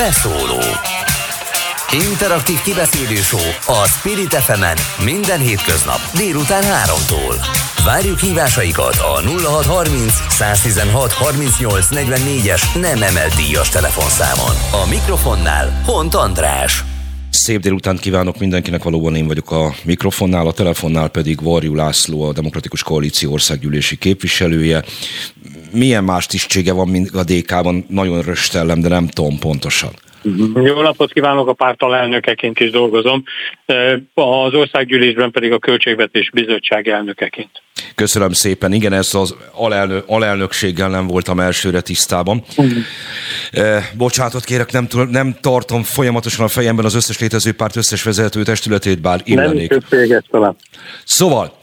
Beszóló. Interaktív kibeszélő show a Spirit FM-en minden hétköznap délután 3-tól. Várjuk hívásaikat a 0630 116 38 44-es nem emelt díjas telefonszámon. A mikrofonnál Hont András. Szép délutánt kívánok mindenkinek, valóban én vagyok a mikrofonnál, a telefonnál pedig Varjú László, a Demokratikus Koalíció országgyűlési képviselője. Milyen más tisztsége van, mint a DK-ban? Nagyon röstellem, de nem tudom pontosan. Jó napot kívánok, a párt alelnökeként is dolgozom, az országgyűlésben pedig a Költségvetés Bizottság elnökeként. Köszönöm szépen. Igen, ez az alelnökséggel nem voltam elsőre tisztában. Bocsánatot kérek, nem tartom folyamatosan a fejemben az összes létező párt összes vezető testületét, bár illenék. Nem szükséges talán. Szóval,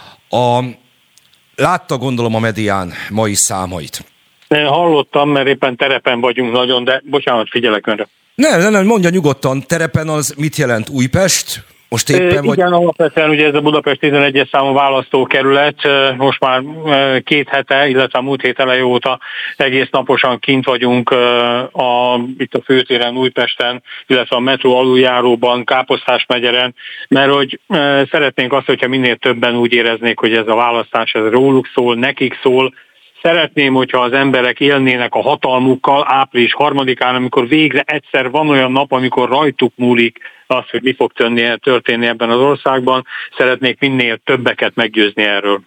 látta gondolom a medián mai számait. Hallottam, mert éppen terepen vagyunk nagyon, de bocsánat, figyelek önre. Nem, mondja nyugodtan, terepen az mit jelent? Újpest? Most éppen vagy... Igen, alapvetően ugye ez a Budapest 11-es számú választókerület, most már 2 hete, illetve a múlt hét eleje óta egész naposan kint vagyunk itt a főtéren Újpesten, illetve a metró aluljáróban, Káposztás megyeren, mert hogy szeretnénk azt, hogyha minél többen úgy éreznék, hogy ez a választás ez róluk szól, nekik szól. Szeretném, hogyha az emberek élnének a hatalmukkal április 3-án, amikor végre egyszer van olyan nap, amikor rajtuk múlik az, hogy mi fog történni ebben az országban. Szeretnék minél többeket meggyőzni erről.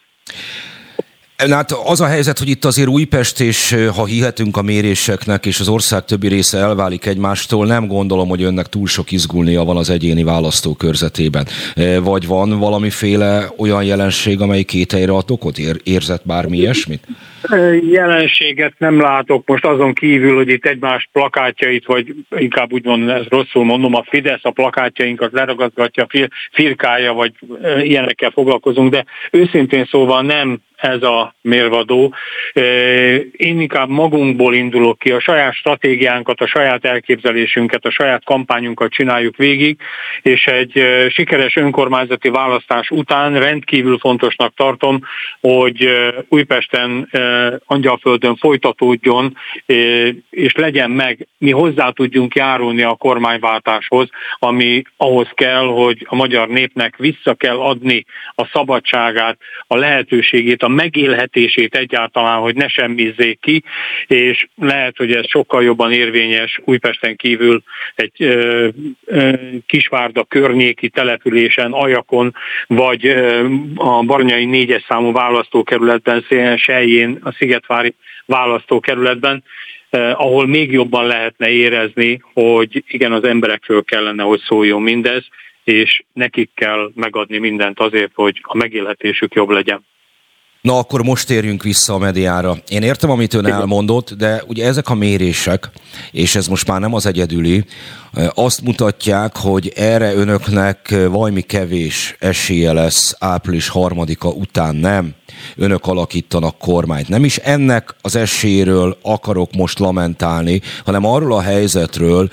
Hát az a helyzet, hogy itt azért Újpest, és ha hihetünk a méréseknek, és az ország többi része elválik egymástól, nem gondolom, hogy önnek túl sok izgulnia van az egyéni választókörzetében. Vagy van valamiféle olyan jelenség, amely kételyre ad okot? Érzett bármi ilyesmit? Jelenséget nem látok most azon kívül, hogy itt egymás plakátjait, vagy inkább úgy mondom, ezt rosszul mondom, a Fidesz a plakátjainkat leragazgatja, firkálja, vagy ilyenekkel foglalkozunk, de őszintén szóval nem ez a mérvadó. Én inkább magunkból indulok ki, a saját stratégiánkat, a saját elképzelésünket, a saját kampányunkat csináljuk végig, és egy sikeres önkormányzati választás után rendkívül fontosnak tartom, hogy Újpesten, Angyalföldön folytatódjon, és legyen meg, mi hozzá tudjunk járulni a kormányváltáshoz, ami ahhoz kell, hogy a magyar népnek vissza kell adni a szabadságát, a lehetőségét, a megélhetését egyáltalán, hogy ne semmizzék ki, és lehet, hogy ez sokkal jobban érvényes Újpesten kívül egy Kisvárda környéki településen, Ajakon, vagy a Baranyai 4-es számú választókerületben, Selyén, a Szigetvári választókerületben, ahol még jobban lehetne érezni, hogy igen, az emberekről kellene, hogy szóljon mindez, és nekik kell megadni mindent azért, hogy a megélhetésük jobb legyen. Na akkor most térjünk vissza a mediára. Én értem, amit ön elmondott, de ugye ezek a mérések, és ez most már nem az egyedüli, azt mutatják, hogy erre önöknek valami kevés esélye lesz április 3-a után, nem? Önök alakítanak kormányt. Nem is ennek az esélyéről akarok most lamentálni, hanem arról a helyzetről,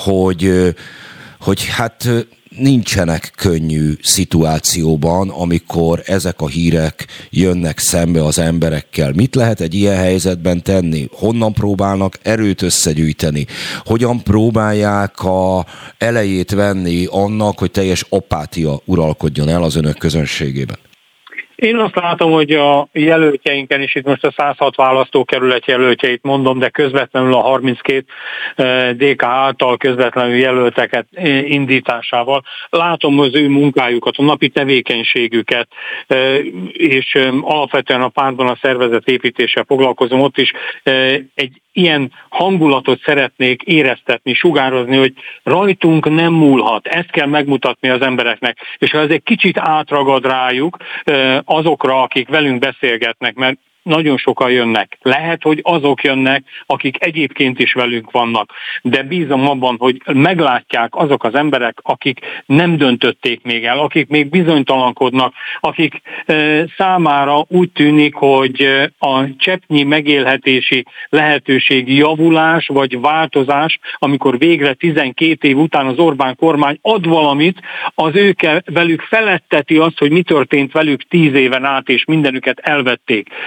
hogy hát nincsenek könnyű szituációban, amikor ezek a hírek jönnek szembe az emberekkel. Mit lehet egy ilyen helyzetben tenni? Honnan próbálnak erőt összegyűjteni? Hogyan próbálják a elejét venni annak, hogy teljes apátia uralkodjon el az önök közönségében? Én azt látom, hogy a jelöltjeinken is, itt most a 106 választókerület jelöltjeit mondom, de közvetlenül a 32 DK által közvetlenül jelölteket indításával látom az ő munkájukat, a napi tevékenységüket, és alapvetően a pártban a szervezetépítéssel foglalkozom, ott is egy ilyen hangulatot szeretnék éreztetni, sugározni, hogy rajtunk nem múlhat. Ezt kell megmutatni az embereknek. És ha ez egy kicsit átragad rájuk, azokra, akik velünk beszélgetnek, mert nagyon sokan jönnek. Lehet, hogy azok jönnek, akik egyébként is velünk vannak, de bízom abban, hogy meglátják azok az emberek, akik nem döntötték még el, akik még bizonytalankodnak, akik számára úgy tűnik, hogy a cseppnyi megélhetési lehetőségi javulás vagy változás, amikor végre 12 év után az Orbán kormány ad valamit, az velük feletteti azt, hogy mi történt velük 10 éven át, és mindenüket elvették.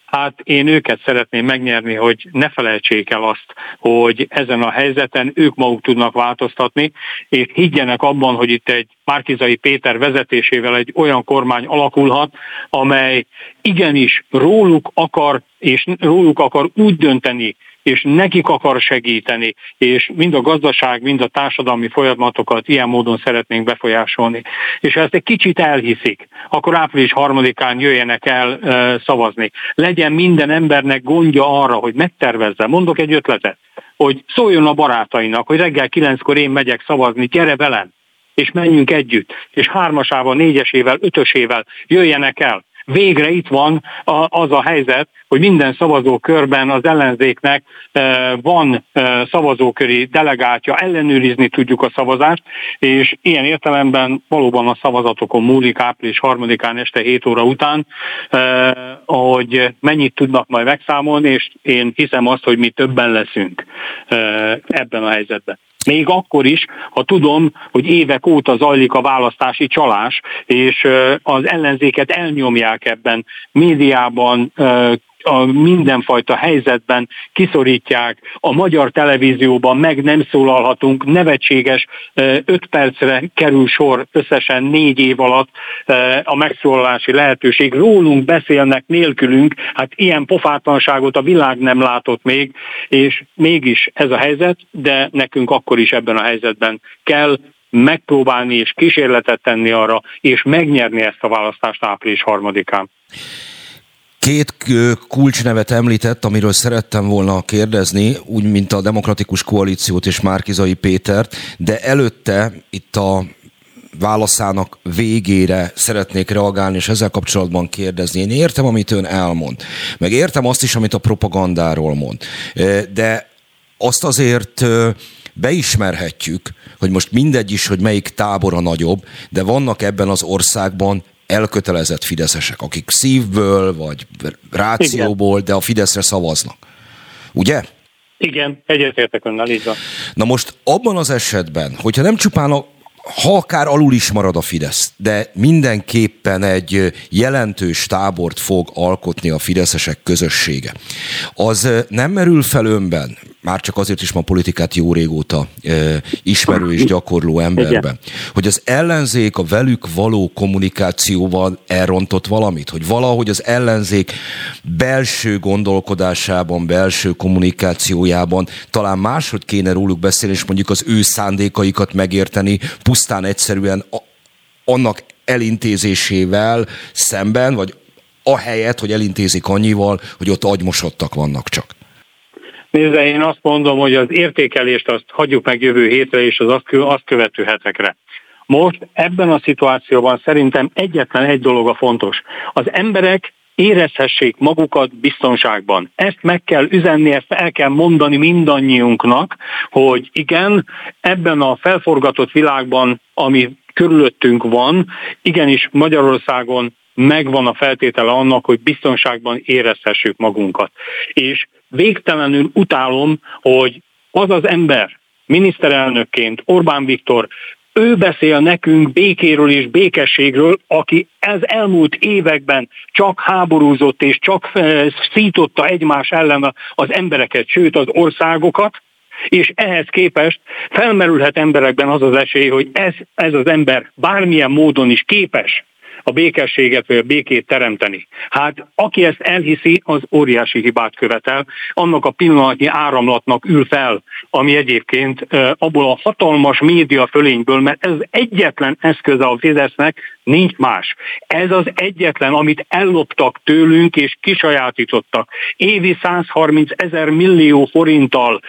Hát én őket szeretném megnyerni, hogy ne felejtsék el azt, hogy ezen a helyzeten ők maguk tudnak változtatni, és higgyenek abban, hogy itt egy Márki-Zay Péter vezetésével egy olyan kormány alakulhat, amely igenis róluk akar úgy dönteni, és nekik akar segíteni, és mind a gazdaság, mind a társadalmi folyamatokat ilyen módon szeretnénk befolyásolni. És ha ezt egy kicsit elhiszik, akkor április 3-án jöjjenek el szavazni. Legyen minden embernek gondja arra, hogy megtervezze. Mondok egy ötletet, hogy szóljon a barátainak, hogy reggel 9-kor én megyek szavazni, gyere velem, és menjünk együtt, és 3-asával, 4-esével, 5-ösével jöjjenek el. Végre itt van az a helyzet, hogy minden szavazókörben az ellenzéknek van szavazóköri delegátja, ellenőrizni tudjuk a szavazást, és ilyen értelemben valóban a szavazatokon múlik április 3-án este 7 óra után, hogy mennyit tudnak majd megszámolni, és én hiszem azt, hogy mi többen leszünk ebben a helyzetben. Még akkor is, ha tudom, hogy évek óta zajlik a választási csalás, és az ellenzéket elnyomják ebben, médiában, a mindenfajta helyzetben kiszorítják, a magyar televízióban meg nem szólalhatunk, nevetséges 5 percre kerül sor összesen 4 év alatt a megszólalási lehetőség. Rólunk beszélnek nélkülünk, hát ilyen pofátlanságot a világ nem látott még, és mégis ez a helyzet, de nekünk akkor is ebben a helyzetben kell megpróbálni és kísérletet tenni arra, és megnyerni ezt a választást április 3-án. 2 kulcsnevet említett, amiről szerettem volna kérdezni, úgy, mint a Demokratikus Koalíciót és Márki-Zay Pétert, de előtte itt a válaszának végére szeretnék reagálni, és ezzel kapcsolatban kérdezni. Én értem, amit ön elmond, meg értem azt is, amit a propagandáról mond, de azt azért beismerhetjük, hogy most mindegy is, hogy melyik tábor a nagyobb, de vannak ebben az országban elkötelezett fideszesek, akik szívből vagy rációból, de a Fideszre szavaznak. Ugye? Igen, egyetértek önnel, így van. Na most abban az esetben, hogyha nem csupán ha akár alul is marad a Fidesz, de mindenképpen egy jelentős tábort fog alkotni a fideszesek közössége, az nem merül fel önben, már csak azért is ma politikát jó régóta ismerő és gyakorló emberben, hogy az ellenzék a velük való kommunikációval elrontott valamit, hogy valahogy az ellenzék belső gondolkodásában, belső kommunikációjában talán máshogy kéne róluk beszélni, és mondjuk az ő szándékaikat megérteni, pusztán egyszerűen annak elintézésével szemben, vagy ahelyett, hogy elintézik annyival, hogy ott agymosodtak vannak csak. Nézze, én azt mondom, hogy az értékelést azt hagyjuk meg jövő hétre és az azt követő hetekre. Most ebben a szituációban szerintem egyetlen egy dolog a fontos. Az emberek érezhessék magukat biztonságban. Ezt meg kell üzenni, ezt el kell mondani mindannyiunknak, hogy igen, ebben a felforgatott világban, ami körülöttünk van, igenis Magyarországon megvan a feltétele annak, hogy biztonságban érezhessük magunkat. És végtelenül utálom, hogy az az ember, miniszterelnökként, Orbán Viktor, ő beszél nekünk békéről és békességről, aki az elmúlt években csak háborúzott és csak szította egymás ellen az embereket, sőt az országokat, és ehhez képest felmerülhet emberekben az az esély, hogy ez az ember bármilyen módon is képes a békességet vagy a békét teremteni. Hát aki ezt elhiszi, az óriási hibát követel, annak a pillanatnyi áramlatnak ül fel, ami egyébként abból a hatalmas média fölényből, mert ez egyetlen eszköze a Fidesznek, nincs más. Ez az egyetlen, amit elloptak tőlünk és kisajátítottak. Évi 130 000 millió forinttal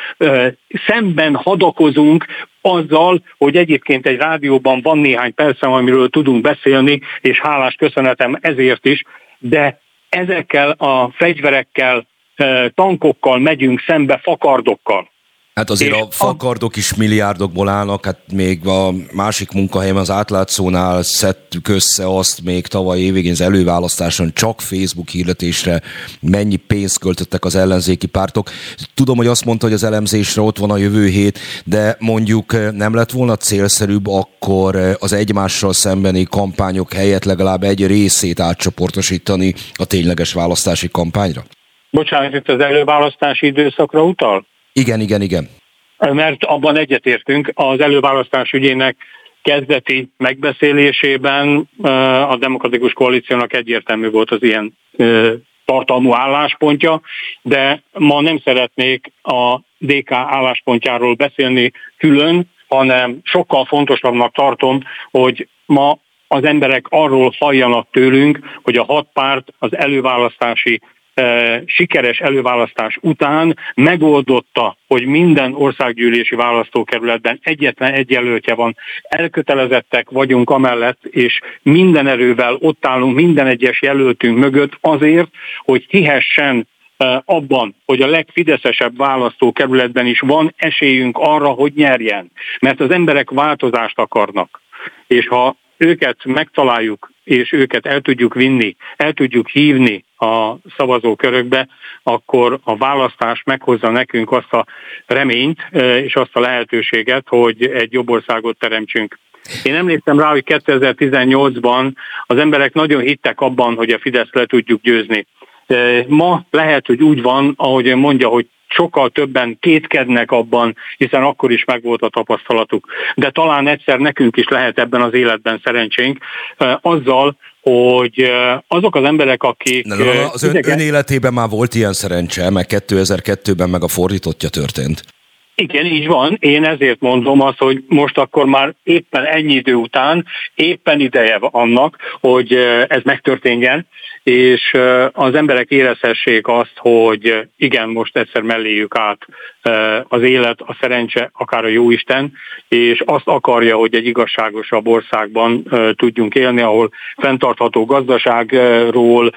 szemben hadakozunk azzal, hogy egyébként egy rádióban van néhány percem, amiről tudunk beszélni, és hálás köszönetem ezért is, de ezekkel a fegyverekkel, tankokkal megyünk szembe, fakardokkal. Hát azért a fakardok is milliárdokból állnak, hát még a másik munkahelyem az átlátszónál szedtük össze azt még tavaly évvégén az előválasztáson csak Facebook hirdetésre mennyi pénzt költöttek az ellenzéki pártok. Tudom, hogy azt mondta, hogy az elemzésre ott van a jövő hét, de mondjuk nem lett volna célszerűbb akkor az egymással szembeni kampányok helyett legalább egy részét átcsoportosítani a tényleges választási kampányra? Bocsánat, itt az előválasztási időszakra utal? Igen. Mert abban egyetértünk, az előválasztás ügyének kezdeti megbeszélésében a Demokratikus Koalíciónak egyértelmű volt az ilyen tartalmú álláspontja, de ma nem szeretnék a DK álláspontjáról beszélni külön, hanem sokkal fontosabbnak tartom, hogy ma az emberek arról halljanak tőlünk, hogy a 6 párt az előválasztási sikeres előválasztás után megoldotta, hogy minden országgyűlési választókerületben egyetlen egy jelöltje van. Elkötelezettek vagyunk amellett, és minden erővel ott állunk minden egyes jelöltünk mögött azért, hogy hihessen abban, hogy a legfideszesebb választókerületben is van esélyünk arra, hogy nyerjen. Mert az emberek változást akarnak. És ha őket megtaláljuk, és őket el tudjuk vinni, el tudjuk hívni a szavazókörökbe, akkor a választás meghozza nekünk azt a reményt, és azt a lehetőséget, hogy egy jobb országot teremtsünk. Én emlékszem rá, hogy 2018-ban az emberek nagyon hittek abban, hogy a Fideszt le tudjuk győzni. Ma lehet, hogy úgy van, ahogy ön mondja, hogy sokkal többen kétkednek abban, hiszen akkor is megvolt a tapasztalatuk. De talán egyszer nekünk is lehet ebben az életben szerencsénk, azzal, hogy azok az emberek, akik... Az ön életében már volt ilyen szerencse, meg 2002-ben meg a fordítottja történt. Igen, így van. Én ezért mondom azt, hogy most akkor már éppen ennyi idő után éppen ideje annak, hogy ez megtörténjen, és az emberek érezhessék azt, hogy igen, most egyszer melléjük át az élet, a szerencse, akár a jóisten, és azt akarja, hogy egy igazságosabb országban tudjunk élni, ahol fenntartható gazdaságról,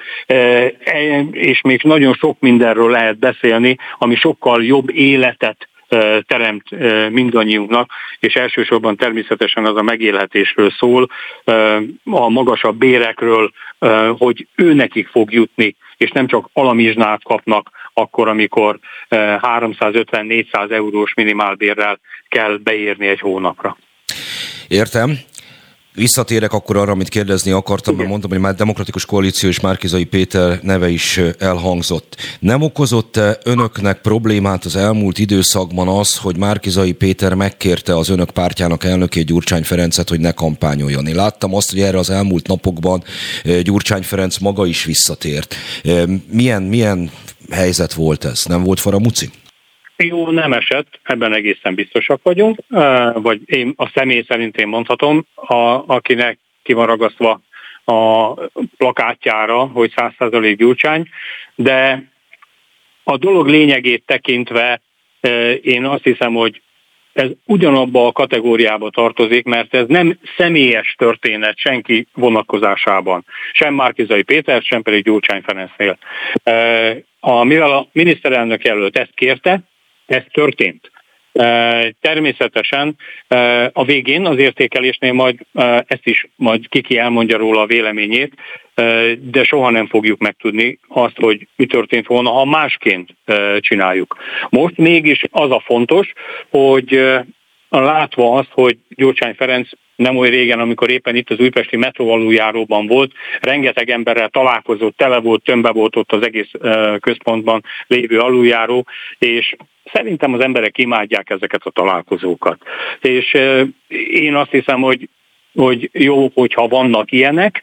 és még nagyon sok mindenről lehet beszélni, ami sokkal jobb életet teremt mindannyiunknak, és elsősorban természetesen az a megélhetésről szól, a magasabb bérekről, hogy őnekik fog jutni, és nem csak alamizsnát kapnak akkor, amikor 350-400 eurós minimálbérrel kell beérni egy hónapra. Értem. Visszatérek akkor arra, amit kérdezni akartam, mert mondtam, hogy már Demokratikus Koalíció és Márki-Zay Péter neve is elhangzott. Nem okozott önöknek problémát az elmúlt időszakban az, hogy Márki-Zay Péter megkérte az önök pártjának elnökét, Gyurcsány Ferencet, hogy ne kampányoljon? Én láttam azt, hogy erre az elmúlt napokban Gyurcsány Ferenc maga is visszatért. Milyen helyzet volt ez? Nem volt faramúci? Jó, nem esett, ebben egészen biztosak vagyunk, vagy én a személy szerint én mondhatom, akinek ki van ragasztva a plakátjára, hogy 100% Gyurcsány, de a dolog lényegét tekintve én azt hiszem, hogy ez ugyanabba a kategóriába tartozik, mert ez nem személyes történet senki vonatkozásában. Sem Márki-Zay Péter, sem pedig Gyurcsány Ferencnél. Mivel a miniszterelnök jelölt ezt kérte, ez történt. Természetesen a végén az értékelésnél majd ezt is majd Kiki elmondja róla a véleményét, de soha nem fogjuk megtudni azt, hogy mi történt volna, ha másként csináljuk. Most mégis az a fontos, hogy látva azt, hogy Gyurcsány Ferenc nem olyan régen, amikor éppen itt az újpesti metró aluljáróban volt, rengeteg emberrel találkozott, tele volt, tömbe volt ott az egész központban lévő aluljáró, és szerintem az emberek imádják ezeket a találkozókat. És én azt hiszem, hogy jó, hogyha vannak ilyenek,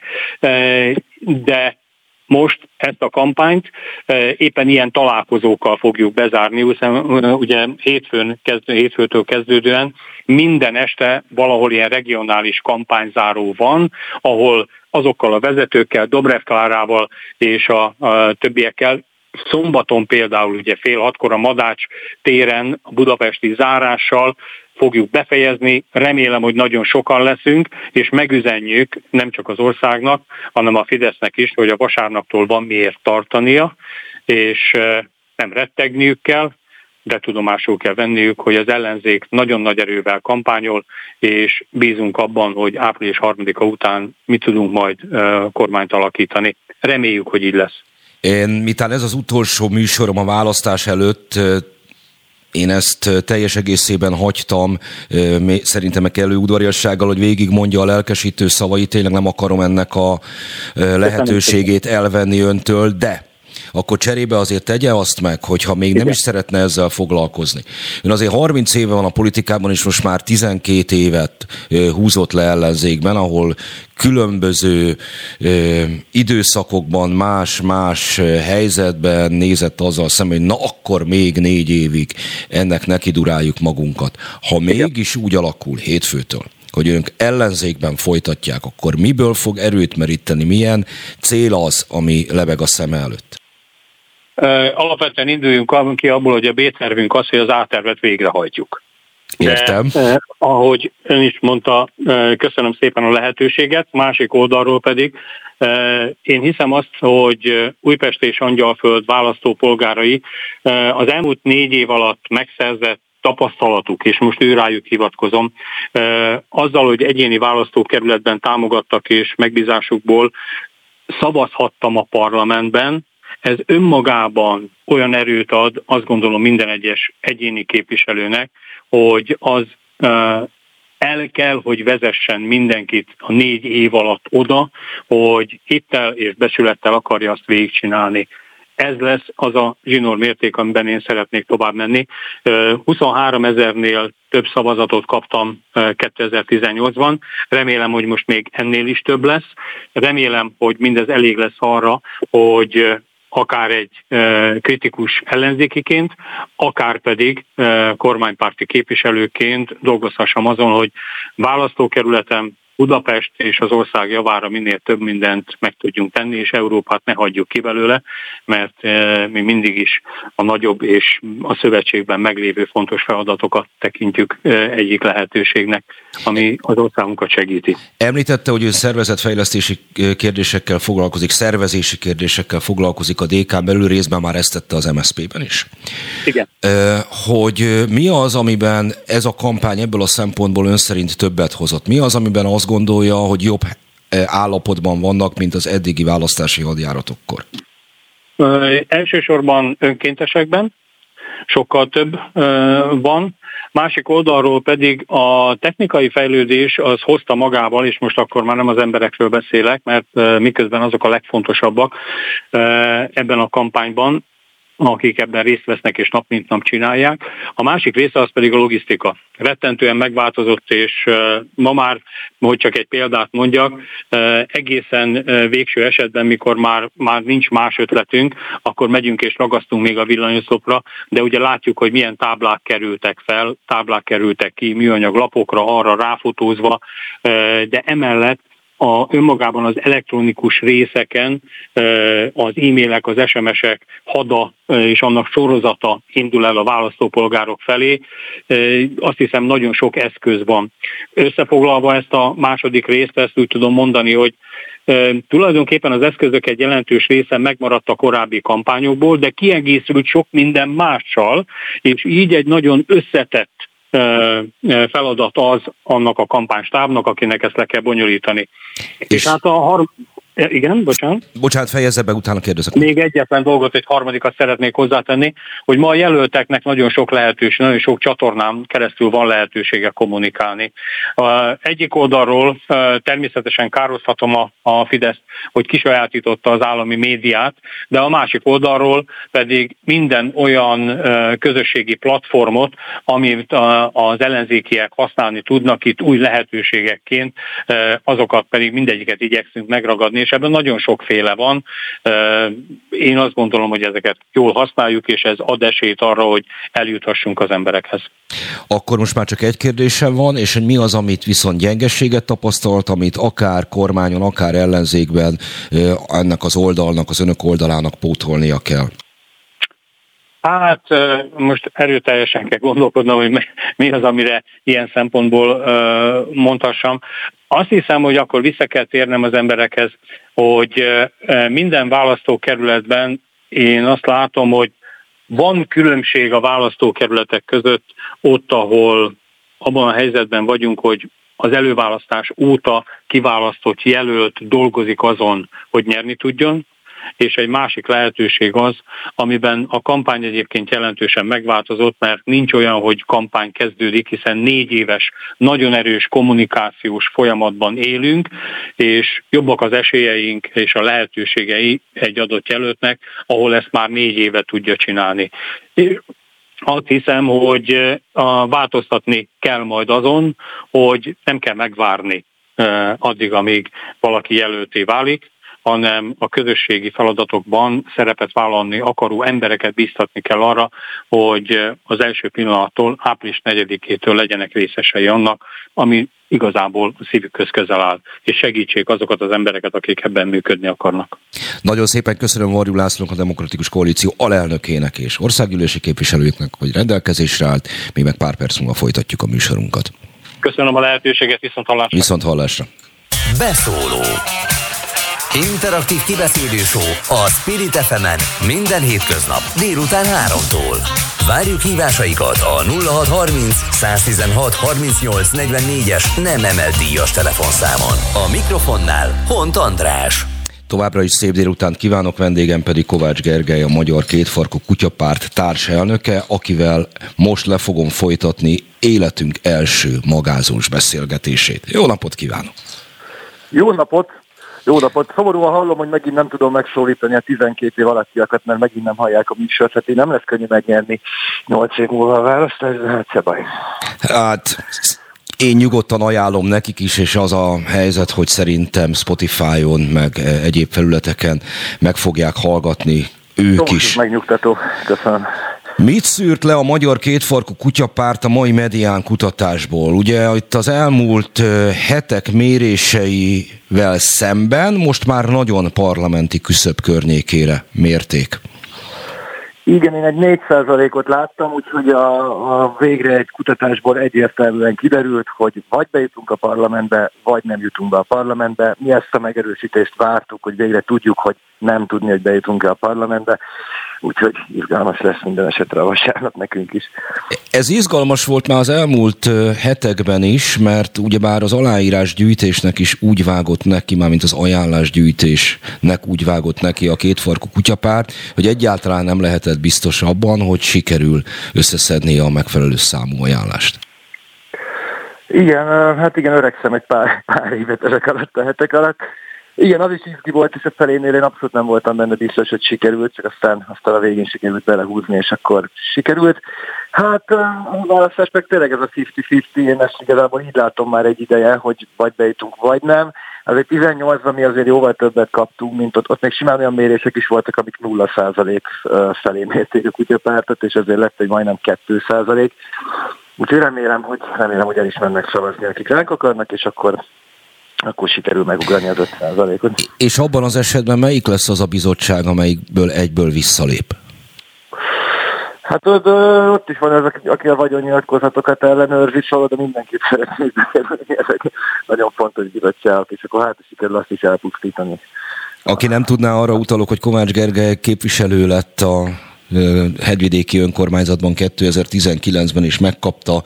de most ezt a kampányt éppen ilyen találkozókkal fogjuk bezárni, hiszen ugye hétfőtől kezdődően minden este valahol ilyen regionális kampányzáró van, ahol azokkal a vezetőkkel, Dobrev Klárával és a többiekkel, szombaton például ugye 5:30 a Madács téren a budapesti zárással fogjuk befejezni. Remélem, hogy nagyon sokan leszünk, és megüzenjük nem csak az országnak, hanem a Fidesznek is, hogy a vasárnaptól van miért tartania, és nem rettegniük kell, de tudomásul kell venniük, hogy az ellenzék nagyon nagy erővel kampányol, és bízunk abban, hogy április 3-a után mi tudunk majd kormányt alakítani. Reméljük, hogy így lesz. Miután ez az utolsó műsorom a választás előtt, én ezt teljes egészében hagytam, szerintem meg kellő udvariassággal, hogy végigmondja a lelkesítő szavait, tényleg nem akarom ennek a lehetőségét elvenni öntől, de akkor cserébe azért tegye azt meg, hogyha még nem is szeretne ezzel foglalkozni. Ön azért 30 éve van a politikában, és most már 12 évet húzott le ellenzékben, ahol különböző időszakokban, más-más helyzetben nézett azzal szemben, hogy na akkor még 4 évig ennek nekiduráljuk magunkat. Ha mégis úgy alakul hétfőtől, hogy önök ellenzékben folytatják, akkor miből fog erőt meríteni, milyen cél az, ami lebeg a szeme előtt? Alapvetően induljunk ki abból, hogy a B-tervünk az, hogy az A-tervet végrehajtjuk. Értem. De, ahogy ön is mondta, köszönöm szépen a lehetőséget, másik oldalról pedig én hiszem azt, hogy Újpest és Angyalföld választópolgárai az elmúlt 4 év alatt megszerzett tapasztalatuk, és most ő rájuk hivatkozom, azzal, hogy egyéni választókerületben támogattak és megbízásukból szavazhattam a parlamentben, ez önmagában olyan erőt ad, azt gondolom minden egyes egyéni képviselőnek, hogy az el kell, hogy vezessen mindenkit a 4 év alatt oda, hogy hittel és becsülettel akarja azt végigcsinálni. Ez lesz az a zsinór mérték, amiben én szeretnék tovább menni. 23 000-nél több szavazatot kaptam 2018-ban. Remélem, hogy most még ennél is több lesz. Remélem, hogy mindez elég lesz arra, hogy akár egy kritikus ellenzékiként, akár pedig kormánypárti képviselőként dolgozhassam azon, hogy választókerületem Budapest és az ország javára minél több mindent meg tudjunk tenni, és Európát ne hagyjuk ki belőle, mert mi mindig is a nagyobb és a szövetségben meglévő fontos feladatokat tekintjük egyik lehetőségnek, ami az országunkat segíti. Említette, hogy ő szervezetfejlesztési kérdésekkel foglalkozik, szervezési kérdésekkel foglalkozik a DK-n belül, részben már ezt tette az MSZP-ben is. Igen. Hogy mi az, amiben ez a kampány ebből a szempontból ön szerint többet hozott? Mi az, amiben azt gondolja, hogy jobb állapotban vannak, mint az eddigi választási hadjáratokkor? Elsősorban önkéntesekben sokkal több van. Másik oldalról pedig a technikai fejlődés az hozta magával, és most akkor már nem az emberekről beszélek, mert miközben azok a legfontosabbak ebben a kampányban, akik ebben részt vesznek és nap mint nap csinálják. A másik része az pedig a logisztika. Rettentően megváltozott, és ma már, hogy csak egy példát mondjak, egészen végső esetben, mikor már nincs más ötletünk, akkor megyünk és ragasztunk még a villanyoszlopra, de ugye látjuk, hogy milyen táblák kerültek fel, táblák kerültek ki, műanyag lapokra, arra ráfotózva, de emellett önmagában az elektronikus részeken az e-mailek, az SMS-ek hada és annak sorozata indul el a választópolgárok felé. Azt hiszem, nagyon sok eszköz van. Összefoglalva ezt a második részt, ezt úgy tudom mondani, hogy tulajdonképpen az eszközök egy jelentős része megmaradt a korábbi kampányokból, de kiegészült sok minden mással, és így egy nagyon összetett feladat az annak a kampánystábnak, akinek ezt le kell bonyolítani. És hát igen, bocsánat. Bocsánat, fejezze be, utána kérdezek. Még egyetlen dolgot, egy harmadikat szeretnék hozzátenni, hogy ma a jelölteknek nagyon sok lehetőség, nagyon sok csatornán keresztül van lehetősége kommunikálni. Egyik oldalról természetesen kározhatom a Fidesz, hogy kisajátította az állami médiát, de a másik oldalról pedig minden olyan közösségi platformot, amit az ellenzékiek használni tudnak itt új lehetőségekként, azokat pedig mindegyiket igyekszünk megragadni, és ebben nagyon sokféle van. Én azt gondolom, hogy ezeket jól használjuk, és ez ad esélyt arra, hogy eljuthassunk az emberekhez. Akkor most már csak egy kérdésem van, és hogy mi az, amit viszont gyengességet tapasztalt, amit akár kormányon, akár ellenzékben ennek az oldalnak, az önök oldalának pótolnia kell? Hát most erőteljesen kell gondolkodnom, hogy mi az, amire ilyen szempontból mondhassam. Azt hiszem, hogy akkor vissza kell térnem az emberekhez, hogy minden választókerületben én azt látom, hogy Van különbség a választókerületek között, ott, ahol abban a helyzetben vagyunk, hogy az előválasztás óta kiválasztott jelölt dolgozik azon, hogy nyerni tudjon, és egy másik lehetőség az, amiben a kampány egyébként jelentősen megváltozott, mert nincs olyan, hogy kampány kezdődik, hiszen 4 éves, nagyon erős kommunikációs folyamatban élünk, és jobbak az esélyeink és a lehetőségei egy adott jelöltnek, ahol ezt már 4 éve tudja csinálni. Azt hiszem, hogy változtatni kell majd azon, hogy nem kell megvárni addig, amíg valaki jelölté válik, hanem a közösségi feladatokban szerepet vállalni akaró embereket biztatni kell arra, hogy az első pillanattól, április 4-től legyenek részesei annak, ami igazából a szívükhöz közel áll, és segítsék azokat az embereket, akik ebben működni akarnak. Nagyon szépen köszönöm Varjú Lászlónak, a Demokratikus Koalíció alelnökének és országgyűlési képviselőknek, hogy rendelkezésre állt, mi meg pár perc múlva folytatjuk a műsorunkat. Köszönöm a lehetőséget, viszonthallásra. Viszonthallásra. Beszóló. Interaktív kibeszélő show a Spirit FM-en minden hétköznap délután 3-tól. Várjuk hívásaikat a 0630 116 38 44-es nem emelt díjas telefonszámon. A mikrofonnál Hont András. Továbbra is szép délutánt kívánok, vendégem pedig Kovács Gergely, a Magyar Kétfarkú Kutyapárt társelnöke, akivel most le fogom folytatni életünk első magázós beszélgetését. Jó napot kívánok! Jó napot! Jó napot! Szomorúan hallom, hogy megint nem tudom megszólítani a 12 év alattiakat, mert megint nem hallják a műsort, hát én nem lesz könnyű megnyerni 8 év múlva a választást, de hát se baj. Hát én nyugodtan ajánlom nekik is, és az a helyzet, hogy szerintem Spotify-on, meg egyéb felületeken meg fogják hallgatni ők is. Megnyugtató, köszönöm. Mit szűrt le a Magyar Kétfarkú Kutyapárt a mai Medián kutatásból? Ugye itt az elmúlt hetek méréseivel szemben most már nagyon parlamenti küszöb környékére mérték. Igen, én egy 4%-ot láttam, úgyhogy a végre egy kutatásból egyértelműen kiderült, hogy vagy bejutunk a parlamentbe, vagy nem jutunk be a parlamentbe. Mi ezt a megerősítést vártuk, hogy végre tudjuk, hogy nem tudni, hogy bejutunk-e a parlamentbe. Úgyhogy izgalmas lesz minden esetre a vasárnap nekünk is. Ez izgalmas volt már az elmúlt hetekben is, mert ugyebár az aláírásgyűjtésnek is úgy vágott neki, mármint az ajánlásgyűjtésnek úgy vágott neki a Kétfarkú Kutyapárt, hogy egyáltalán nem lehetett biztos abban, hogy sikerül összeszedni a megfelelő számú ajánlást. Igen, hát igen, öregszem egy pár évet ezek alatt a hetek alatt. Igen, az is izgi volt, és a felénél én abszolút nem voltam benne biztos, hogy sikerült, csak aztán a végén sikerült belehúzni, és akkor sikerült. Hát a választás meg tényleg ez a 50-50, én ezt igazából így látom már egy ideje, hogy vagy bejutunk, vagy nem. Azért 18-ban mi azért jóval többet kaptunk, mint ott még simán olyan mérések is voltak, amik 0% felé mérték a kutyapártot, és ezért lett egy majdnem 2%. Úgyhogy remélem, hogy el is mennek szavazni, akik ránk akarnak, és akkor sikerül megugrani az 5%-ot. És abban az esetben melyik lesz az a bizottság, amelyikből egyből visszalép? Hát ott is van ez, aki a vagyonnyilatkozatokat ellenőrzi, szóval de mindenképp szeretnék beszélni. Ezek nagyon fontos bizottságok, és akkor sikerül azt is elpusztítani. Aki nem tudná, arra utalok, hogy Kovács Gergely képviselő lett a hegyvidéki önkormányzatban 2019-ben, és megkapta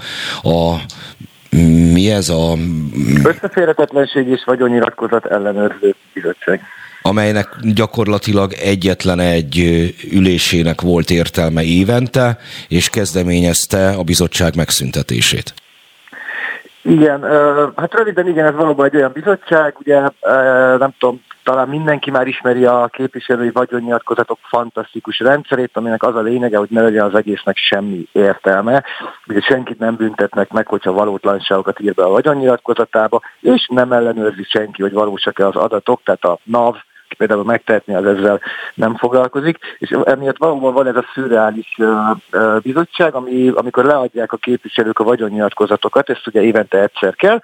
mi ez a... Összeférhetetlenség és vagyonnyilatkozat ellenőrző bizottság. Amelynek gyakorlatilag egyetlen egy ülésének volt értelme évente, és kezdeményezte a bizottság megszüntetését. Igen, hát röviden igen, ez valóban egy olyan bizottság, ugye nem tudom, talán mindenki már ismeri a képviselői vagyonnyilatkozatok fantasztikus rendszerét, aminek az a lényege, hogy ne legyen az egésznek semmi értelme. Ugye senkit nem büntetnek meg, hogyha valótlanságokat ír be a vagyonnyilatkozatába, és nem ellenőrzi senki, hogy valósak-e az adatok, tehát a NAV, például megtehetni, az ezzel nem foglalkozik, és emiatt valóban van ez a szürreális bizottság, amikor leadják a képviselők a vagyonnyilatkozatokat, ezt ugye évente egyszer kell,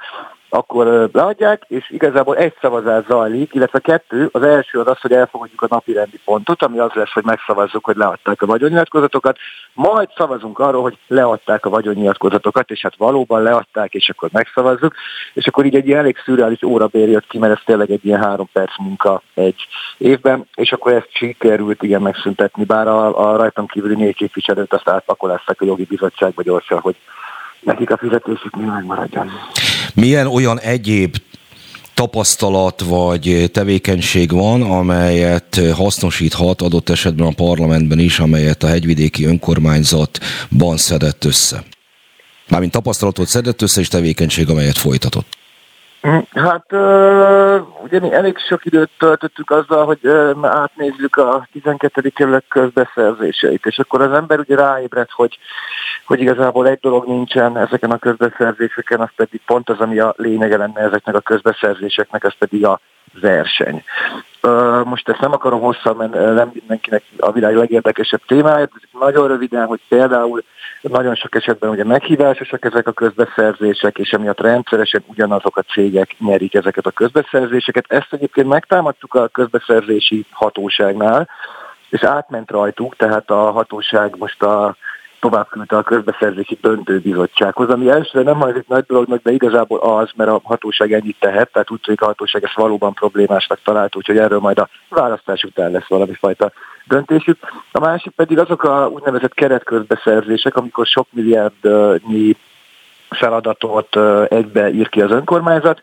akkor leadják, és igazából egy szavazás zajlik, illetve kettő. Az első az, hogy elfogadjuk a napirendi pontot, ami az lesz, hogy megszavazzuk, hogy leadták a vagyonnyilatkozatokat, majd szavazunk arról, hogy leadták a vagyonnyilatkozatokat, és hát valóban leadták, és akkor megszavazzuk, és akkor így egy ilyen elég szürreális órabér jött ki, mert ez tényleg egy ilyen 3 perc munka egy évben, és akkor ezt sikerült igen megszüntetni, bár a rajtam kívüli 4 képviselőt azt átpakolázták a jogi bizottságba gyorsan, hogy nekik a fizetésük mi megmaradjon. Milyen olyan egyéb tapasztalat vagy tevékenység van, amelyet hasznosíthat adott esetben a parlamentben is, amelyet a hegyvidéki önkormányzatban szedett össze? Mármint tapasztalatot szedett össze, és tevékenység, amelyet folytatott. Hát ugye mi elég sok időt töltöttük azzal, hogy átnézzük a 12. kerület közbeszerzéseit, és akkor az ember ugye ráébred, hogy igazából egy dolog nincsen ezeken a közbeszerzéseken, az pedig pont az, ami a lényege lenne ezeknek a közbeszerzéseknek, ez pedig a verseny. Most ezt nem akarom hosszan, mert nem mindenkinek a világ legérdekesebb témája, nagyon röviden, hogy például nagyon sok esetben ugye meghívásosak ezek a közbeszerzések, és emiatt rendszeresen ugyanazok a cégek nyerik ezeket a közbeszerzéseket. Ezt egyébként megtámadtuk a közbeszerzési hatóságnál, és átment rajtuk, tehát a hatóság most tovább küldte a közbeszerzési döntőbizottsághoz, ami elsőre nem hangzik nagy dolognak, de igazából az, mert a hatóság ennyit tehet, tehát úgy tűnik a hatóság ezt valóban problémásnak talált, úgyhogy erről majd a választás után lesz valami fajta döntésük. A másik pedig azok a úgynevezett keretközbeszerzések, amikor sok milliárdnyi feladatot egybe ír ki az önkormányzat,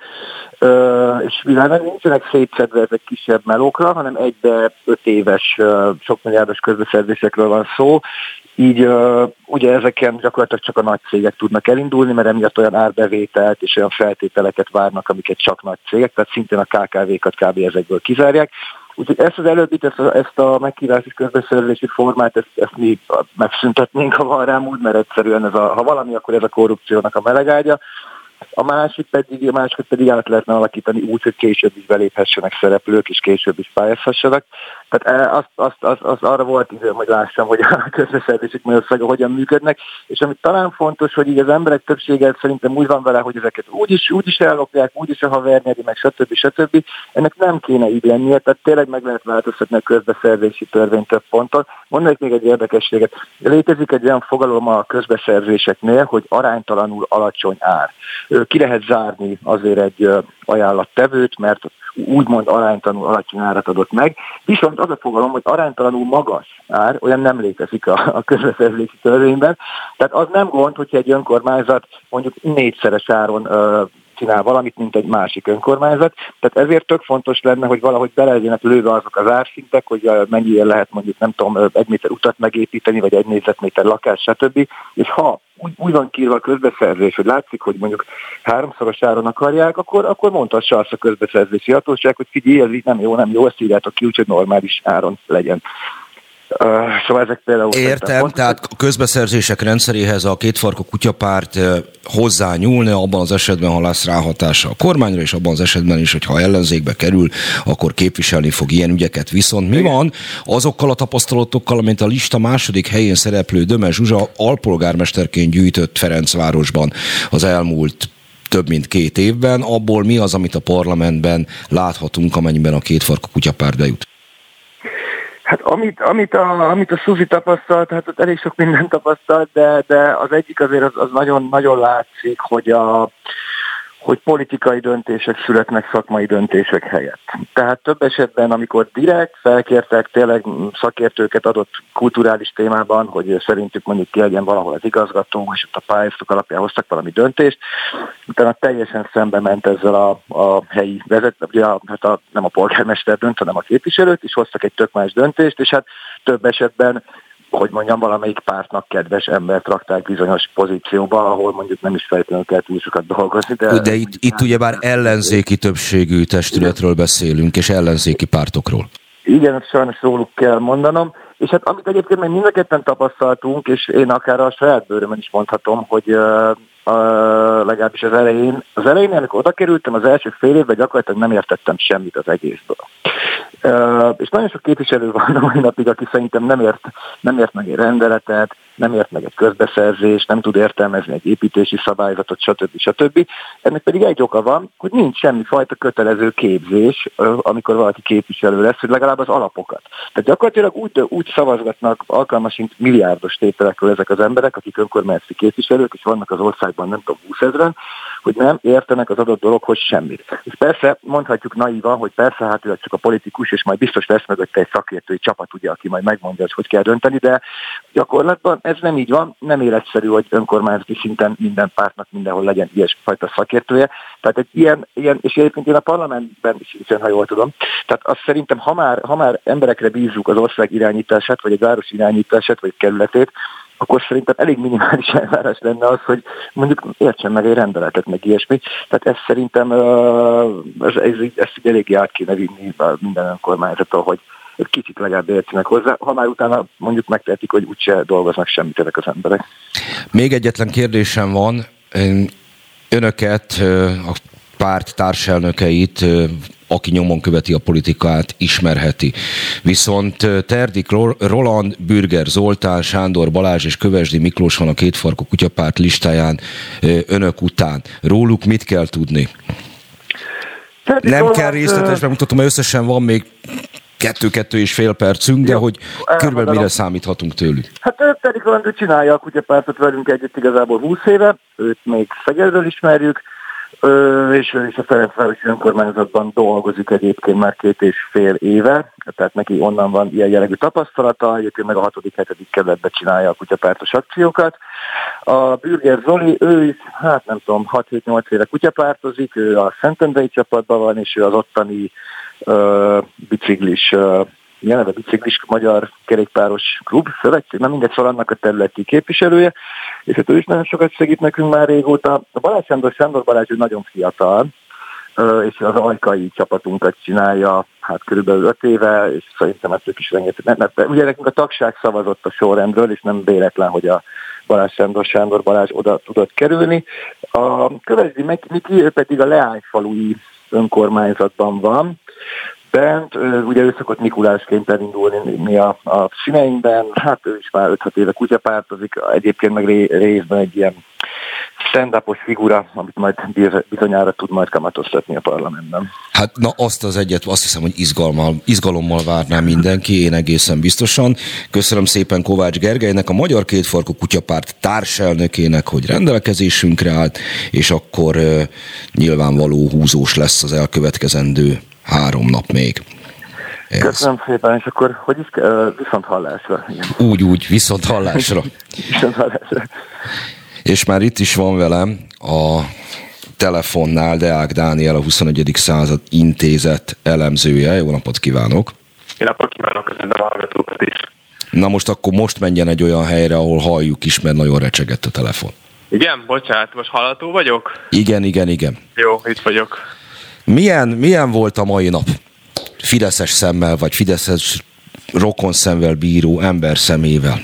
és mivel nincsenek szétszedve ezek kisebb melókra, hanem egybe 5 éves sok milliárdos közbeszerzésekről van szó, így ugye ezeken gyakorlatilag csak a nagy cégek tudnak elindulni, mert emiatt olyan árbevételt és olyan feltételeket várnak, amiket csak nagy cégek, tehát szintén a KKV-kat kb. Ezekből kizárják. Úgyhogy ezt az előbbit, ezt a meghívási közbeszerzési formát, ezt mi megszüntetnénk, ha van rá mód, mert egyszerűen ha valami, akkor ez a korrupciónak a melegágya. A másikat pedig át lehetne alakítani úgy, hogy később is beléphessenek szereplők, és később is pályázhassanak. Tehát az arra volt időm, hogy lássam, hogy a közbeszerzések Magyarországon hogyan működnek, és amit talán fontos, hogy így az emberek többsége szerintem úgy van vele, hogy ezeket úgyis ellopják, úgyis a haver nyeri, meg stb. Ennek nem kéne így lennie, tehát tényleg meg lehet változtatni a közbeszerzési törvény több ponton. Mondanék még egy érdekességet. Létezik egy olyan fogalom a közbeszerzéseknél, hogy aránytalanul alacsony ár. Ki lehet zárni azért egy ajánlattevőt, mert úgymond aránytalanul alacsony árat adott meg. Viszont az a fogalom, hogy aránytalanul magas ár, olyan nem létezik a közbeszerzési törvényben. Tehát az nem gond, hogyha egy önkormányzat mondjuk 4-szeres áron csinál valamit, mint egy másik önkormányzat. Tehát ezért tök fontos lenne, hogy valahogy bele legyenek lőve azok az árszintek, hogy mennyire lehet mondjuk, nem tudom, 1 méter utat megépíteni, vagy 1 négyzetméter lakás, stb. És ha úgy van kiírva a közbeszerzés, hogy látszik, hogy mondjuk 3-szoros áron akarják, akkor mondhassa azt a közbeszerzési hatóság, hogy figyelj, ez így nem jó, ezt írjátok ki, úgyhogy normális áron legyen. Szóval ezek például... Értem, tehát a közbeszerzések rendszeréhez a Kétfarkú Kutyapárt hozzányúlna abban az esetben, ha lesz ráhatása a kormányra, és abban az esetben is, hogyha ellenzékbe kerül, akkor képviselni fog ilyen ügyeket. Viszont mi van azokkal a tapasztalatokkal, amint a lista második helyén szereplő Döme Zsuzsa alpolgármesterként gyűjtött Ferencvárosban az elmúlt több mint 2 évben, abból mi az, amit a parlamentben láthatunk, amennyiben a Kétfarkú Kutyapárt bejut? Hát amit a Szuzi tapasztalt, hát ott elég sok mindent tapasztalt, de az egyik azért az nagyon, nagyon látszik, hogy politikai döntések születnek szakmai döntések helyett. Tehát több esetben, amikor direkt felkértek tényleg szakértőket adott kulturális témában, hogy szerintük mondjuk ki legyen valahol az igazgató, és ott a pályázatok alapján hoztak valami döntést, utána teljesen szembe ment ezzel a helyi vezető, nem a polgármester dönt, hanem a képviselőt, és hoztak egy tök más döntést, és hát több esetben, hogy mondjam, valamelyik pártnak kedves embert rakták bizonyos pozícióba, ahol mondjuk nem is feltétlenül kell túl sokat dolgozni. De itt ugyebár ellenzéki többségű testületről beszélünk, és ellenzéki pártokról. Igen, sajnos róluk kell mondanom. És hát amit egyébként még mind a ketten tapasztaltunk, és én akár a saját bőrömön is mondhatom, hogy legalábbis az elején, amikor oda kerültem, az első fél évben gyakorlatilag nem értettem semmit az egészből. És nagyon sok képviselő van a mai napig, aki szerintem nem ért meg egy rendeletet, nem ért meg egy közbeszerzést, nem tud értelmezni egy építési szabályzatot, stb. Ennek pedig egy oka van, hogy nincs semmifajta kötelező képzés, amikor valaki képviselő lesz, hogy legalább az alapokat. Tehát gyakorlatilag úgy szavazgatnak alkalmasint milliárdos tételekről ezek az emberek, akik önkormányzati képviselők, és vannak az országban nem tudom 20 000, hogy nem értenek az adott dologhoz semmit. És persze mondhatjuk naívan, hogy persze hát ő csak a politikus, és majd biztos lesz mögötte egy szakértői csapat, ugye, aki majd megmondja, hogy kell dönteni, de gyakorlatban ez nem így van, nem életszerű, hogy önkormányzati szinten minden pártnak mindenhol legyen ilyesfajta szakértője. Tehát egy ilyen és egyébként én a parlamentben is, ha jól tudom. Tehát azt szerintem, ha már emberekre bízzuk az ország irányítását, vagy egy város irányítását, vagy egy kerületét, akkor szerintem elég minimális elvárás lenne az, hogy mondjuk értsen meg egy rendeletet, meg ilyesmi. Tehát ezt szerintem ezt eléggé át kéne vinni minden önkormányzattól, hogy egy kicsit legalább értsenek hozzá, ha már utána mondjuk megtehetik, hogy úgyse dolgoznak semmit ezek az emberek. Még egyetlen kérdésem van. Önöket, a párt társelnökeit, aki nyomon követi a politikát, ismerheti. Viszont Terdik Roland, Bürger Zoltán, Sándor Balázs és Kövesdi Miklós van a Kétfarkú Kutyapárt listáján önök után. Róluk mit kell tudni? Nem kell részletesben mutatom, mert összesen van még 2-2,5 percünk, de hogy körülbelül mire számíthatunk tőlük? Hát Terdik Roland csinálja a Kutyapártot velünk együtt igazából 20 éve, őt még Szegedről ismerjük, és a Ferencvárosi önkormányzatban dolgozik egyébként már 2,5 éve, tehát neki onnan van ilyen jellegű tapasztalata, egyébként meg a 6.-7. kerületben csinálja a kutyapártos akciókat. A Bürger Zoli, ő is, hát nem tudom, 6-7-8 éve kutyapártozik, ő a Szentendrei csapatban van, és ő az ottani biciklis magyar kerékpáros klub szövetség, nem mindegy, szóval annak a területi képviselője, és hát ő is nagyon sokat segít nekünk már régóta. A Balázs Sándor Balázs, ő nagyon fiatal, és az ajkai csapatunkat csinálja, hát körülbelül 5 éve, és szerintem ezt ők is rengeteg. Ugye nekünk a tagság szavazott a sorrendről, és nem véletlen, hogy a Balázs Sándor Balázs oda tudott kerülni. A Kövesdi Miki, ő pedig a Leányfalui önkormányzatban van, bent, ugye ő szokott Mikulásként elindulni a színeinkben, hát ő is már 5-6 éve kutyapártozik, egyébként meg részben egy ilyen stand-upos figura, amit majd bizonyára tud majd kamatoztatni a parlamentben. Hát na azt hiszem, hogy izgalommal várná mindenki, én egészen biztosan. Köszönöm szépen Kovács Gergelynek, a Magyar Kétfarkú Kutyapárt társelnökének, hogy rendelkezésünkre állt, és akkor nyilvánvaló húzós lesz az elkövetkezendő 3 nap még. Köszönöm szépen, és akkor hogy is viszont hallásra. Úgy, viszont hallásra. Viszont hallásra. És már itt is van velem a telefonnál Deák Dániel, a 21. század intézet elemzője. Jó napot kívánok! Jó napot kívánok, köszönöm a hallgatókat is. Na most menjen egy olyan helyre, ahol halljuk is, mert nagyon recsegett a telefon. Igen? Bocsánat, most hallható vagyok? Igen. Jó, itt vagyok. Milyen volt a mai nap? Fideszes szemmel, vagy fideszes rokonszemvel bíró ember szemével?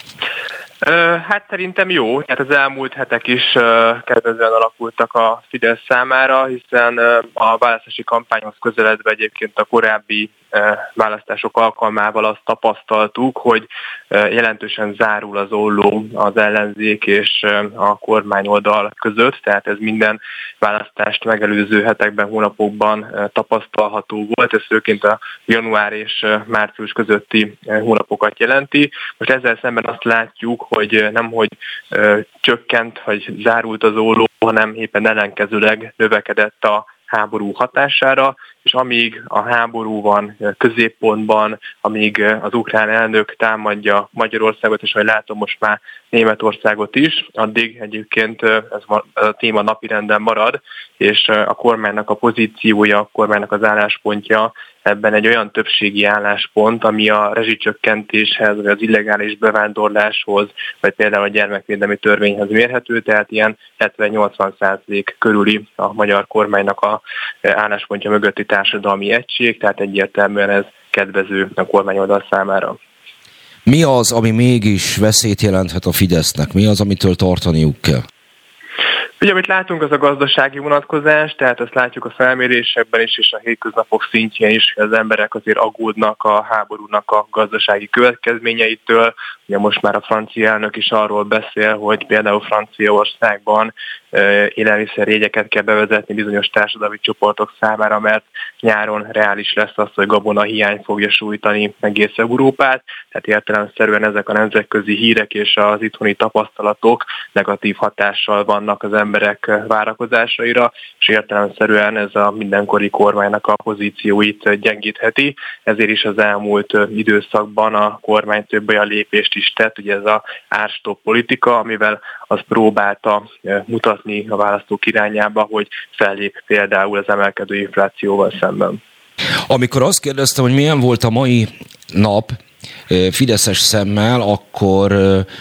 Hát szerintem jó. Hát az elmúlt hetek is kedvezően alakultak a Fidesz számára, hiszen a választási kampányhoz közeledve egyébként a korábbi választások alkalmával azt tapasztaltuk, hogy jelentősen zárul az olló az ellenzék és a kormányoldal között, tehát ez minden választást megelőző hetekben, hónapokban tapasztalható volt, ez főként a január és március közötti hónapokat jelenti. Most ezzel szemben azt látjuk, hogy nemhogy csökkent, vagy zárult az olló, hanem éppen ellenkezőleg növekedett a háború hatására, és amíg a háború van középpontban, amíg az ukrán elnök támadja Magyarországot, és ahogy látom most már Németországot is, addig egyébként ez a téma napirenden marad, és a kormánynak a pozíciója, a kormánynak az álláspontja ebben egy olyan többségi álláspont, ami a rezsicsökkentéshez, vagy az illegális bevándorláshoz, vagy például a gyermekvédelmi törvényhez mérhető, tehát ilyen 70-80% körüli a magyar kormánynak a álláspontja mögötti társadalmi egység, tehát egyértelműen ez kedvező a kormányoldal számára. Mi az, ami mégis veszélyt jelenthet a Fidesznek? Mi az, amitől tartaniuk kell? Ugye, amit látunk, az a gazdasági vonatkozás, tehát ezt látjuk a felmérésekben is, és a hétköznapok szintjén is, az emberek azért aggódnak a háborúnak a gazdasági következményeitől. Ugye most már a francia elnök is arról beszél, hogy például Franciaországban élelmiszerjegyeket kell bevezetni bizonyos társadalmi csoportok számára, mert nyáron reális lesz az, hogy gabona hiány fogja sújtani egész Európát, tehát értelemszerűen ezek a nemzetközi hírek és az itthoni tapasztalatok negatív hatással vannak az emberek várakozásaira, és értelemszerűen ez a mindenkori kormánynak a pozícióit gyengítheti, ezért is az elmúlt időszakban a kormány több olyan lépést is tett, ugye ez az árstop politika, amivel az próbálta mutatni a választók irányába, hogy fellép például az emelkedő inflációval szemben. Amikor azt kérdeztem, hogy milyen volt a mai nap fideszes szemmel, akkor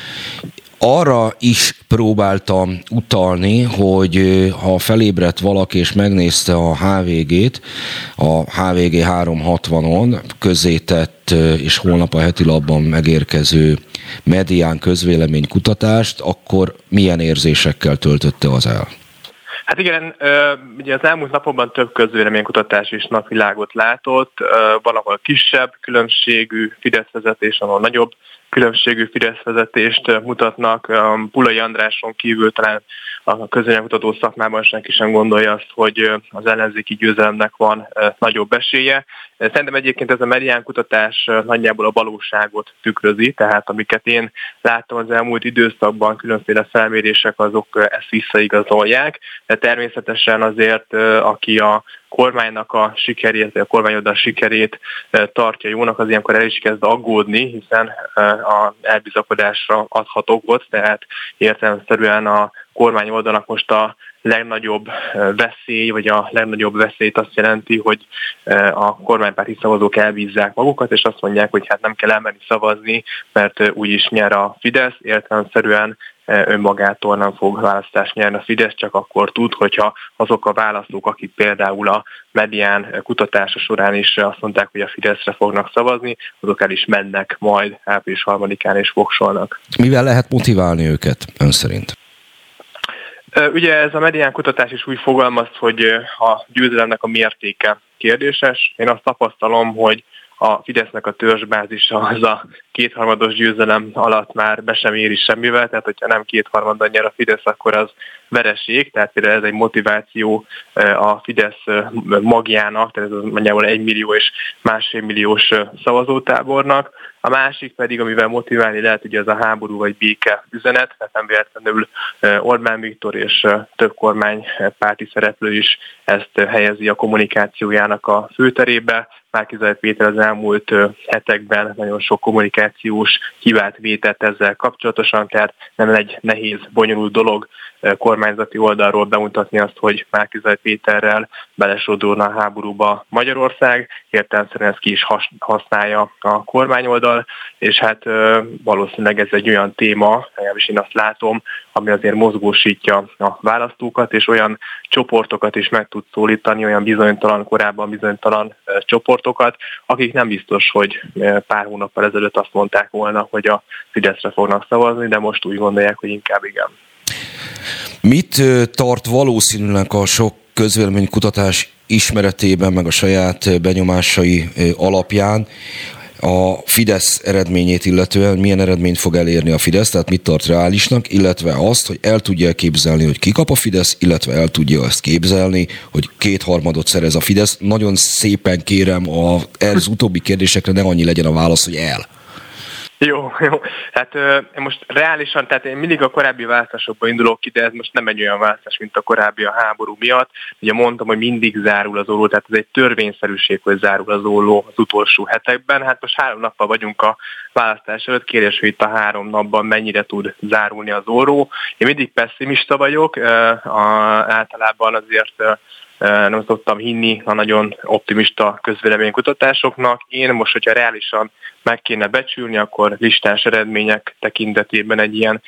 arra is próbáltam utalni, hogy ha felébredt valaki és megnézte a HVG-t, a HVG 360-on közzétett és holnap a Heti Lapban megérkező Medián közvéleménykutatást, akkor milyen érzésekkel töltötte az el? Hát igen, ugye az elmúlt napokban több közvéleménykutatás is napvilágot látott, valahol kisebb különbségű Fidesz vezetés, ahol nagyobb különbségű Fidesz vezetést mutatnak. Pulai Andráson kívül talán a közvéleménykutató szakmában senki sem gondolja azt, hogy az ellenzéki győzelemnek van nagyobb esélye. Szerintem egyébként ez a Medián kutatás nagyjából a valóságot tükrözi, tehát amiket én láttam az elmúlt időszakban, különféle felmérések azok ezt visszaigazolják, de természetesen azért, aki a kormánynak a sikerét, a kormányoldal sikerét tartja jónak, az ilyenkor el is kezd aggódni, hiszen a elbizakodásra adhat okot, tehát értelemszerűen a kormány oldalnak most a legnagyobb veszély, vagy a legnagyobb veszélyt azt jelenti, hogy a kormánypárti szavazók elbízzák magukat, és azt mondják, hogy hát nem kell elmenni szavazni, mert úgyis nyer a Fidesz, értelemszerűen önmagától nem fog választást nyerni a Fidesz, csak akkor tud, hogyha azok a választók, akik például a Medián kutatása során is azt mondták, hogy a Fideszre fognak szavazni, azok el is mennek majd április 3-án és voksolnak. Mivel lehet motiválni őket ön szerint? Ugye ez a Medián kutatás is úgy fogalmaz, hogy a győzelemnek a mértéke kérdéses. Én azt tapasztalom, hogy a Fidesznek a törzsbázisa az a kétharmados győzelem alatt már be sem éri semmivel, tehát hogyha nem kétharmaddal nyer a Fidesz, akkor az vereség, tehát például ez egy motiváció a Fidesz magjának, tehát ez az nagyjából 1 millió és 1,5 milliós szavazótábornak. A másik pedig, amivel motiválni lehet, ugye az a háború vagy béke üzenet, tehát nem véletlenül Orbán Viktor és több kormánypárti szereplő is ezt helyezi a kommunikációjának a főterébe. Márki-Zay Péter az elmúlt hetekben nagyon sok kommunikációs hibát vétett ezzel kapcsolatosan, tehát nem egy nehéz, bonyolult dolog kormányzati oldalról bemutatni azt, hogy Márki-Zay Péterrel belesodorna a háborúba Magyarország, értelemszerűen ezt ki is használja a kormányoldal, és hát valószínűleg ez egy olyan téma, legalábbis én azt látom, ami azért mozgósítja a választókat, és olyan csoportokat is meg tud szólítani, olyan korábban bizonytalan csoportokat, akik nem biztos, hogy pár hónappal ezelőtt azt mondták volna, hogy a Fideszre fognak szavazni, de most úgy gondolják, hogy inkább igen. Mit tart valószínűleg a sok közvéleménykutatás ismeretében, meg a saját benyomásai alapján a Fidesz eredményét illetően, milyen eredményt fog elérni a Fidesz, tehát mit tart reálisnak, illetve azt, hogy el tudja képzelni, hogy kikap a Fidesz, illetve el tudja azt képzelni, hogy 2/3 szerez a Fidesz. Nagyon szépen kérem, az utóbbi kérdésekre ne annyi legyen a válasz, hogy el. Jó. Hát most reálisan, tehát én mindig a korábbi választásokból indulok ki, de ez most nem egy olyan választás, mint a korábbi a háború miatt. Ugye mondtam, hogy mindig zárul az olló, tehát ez egy törvényszerűség, hogy zárul az olló az utolsó hetekben. Hát most 3 nappal vagyunk a választás előtt, kérdés, hogy itt a 3 napban mennyire tud zárulni az olló. Én mindig pessimista vagyok, általában azért nem szoktam hinni a nagyon optimista közvéleménykutatásoknak. Én most, hogyha reálisan meg kéne becsülni, akkor listás eredmények tekintetében egy ilyen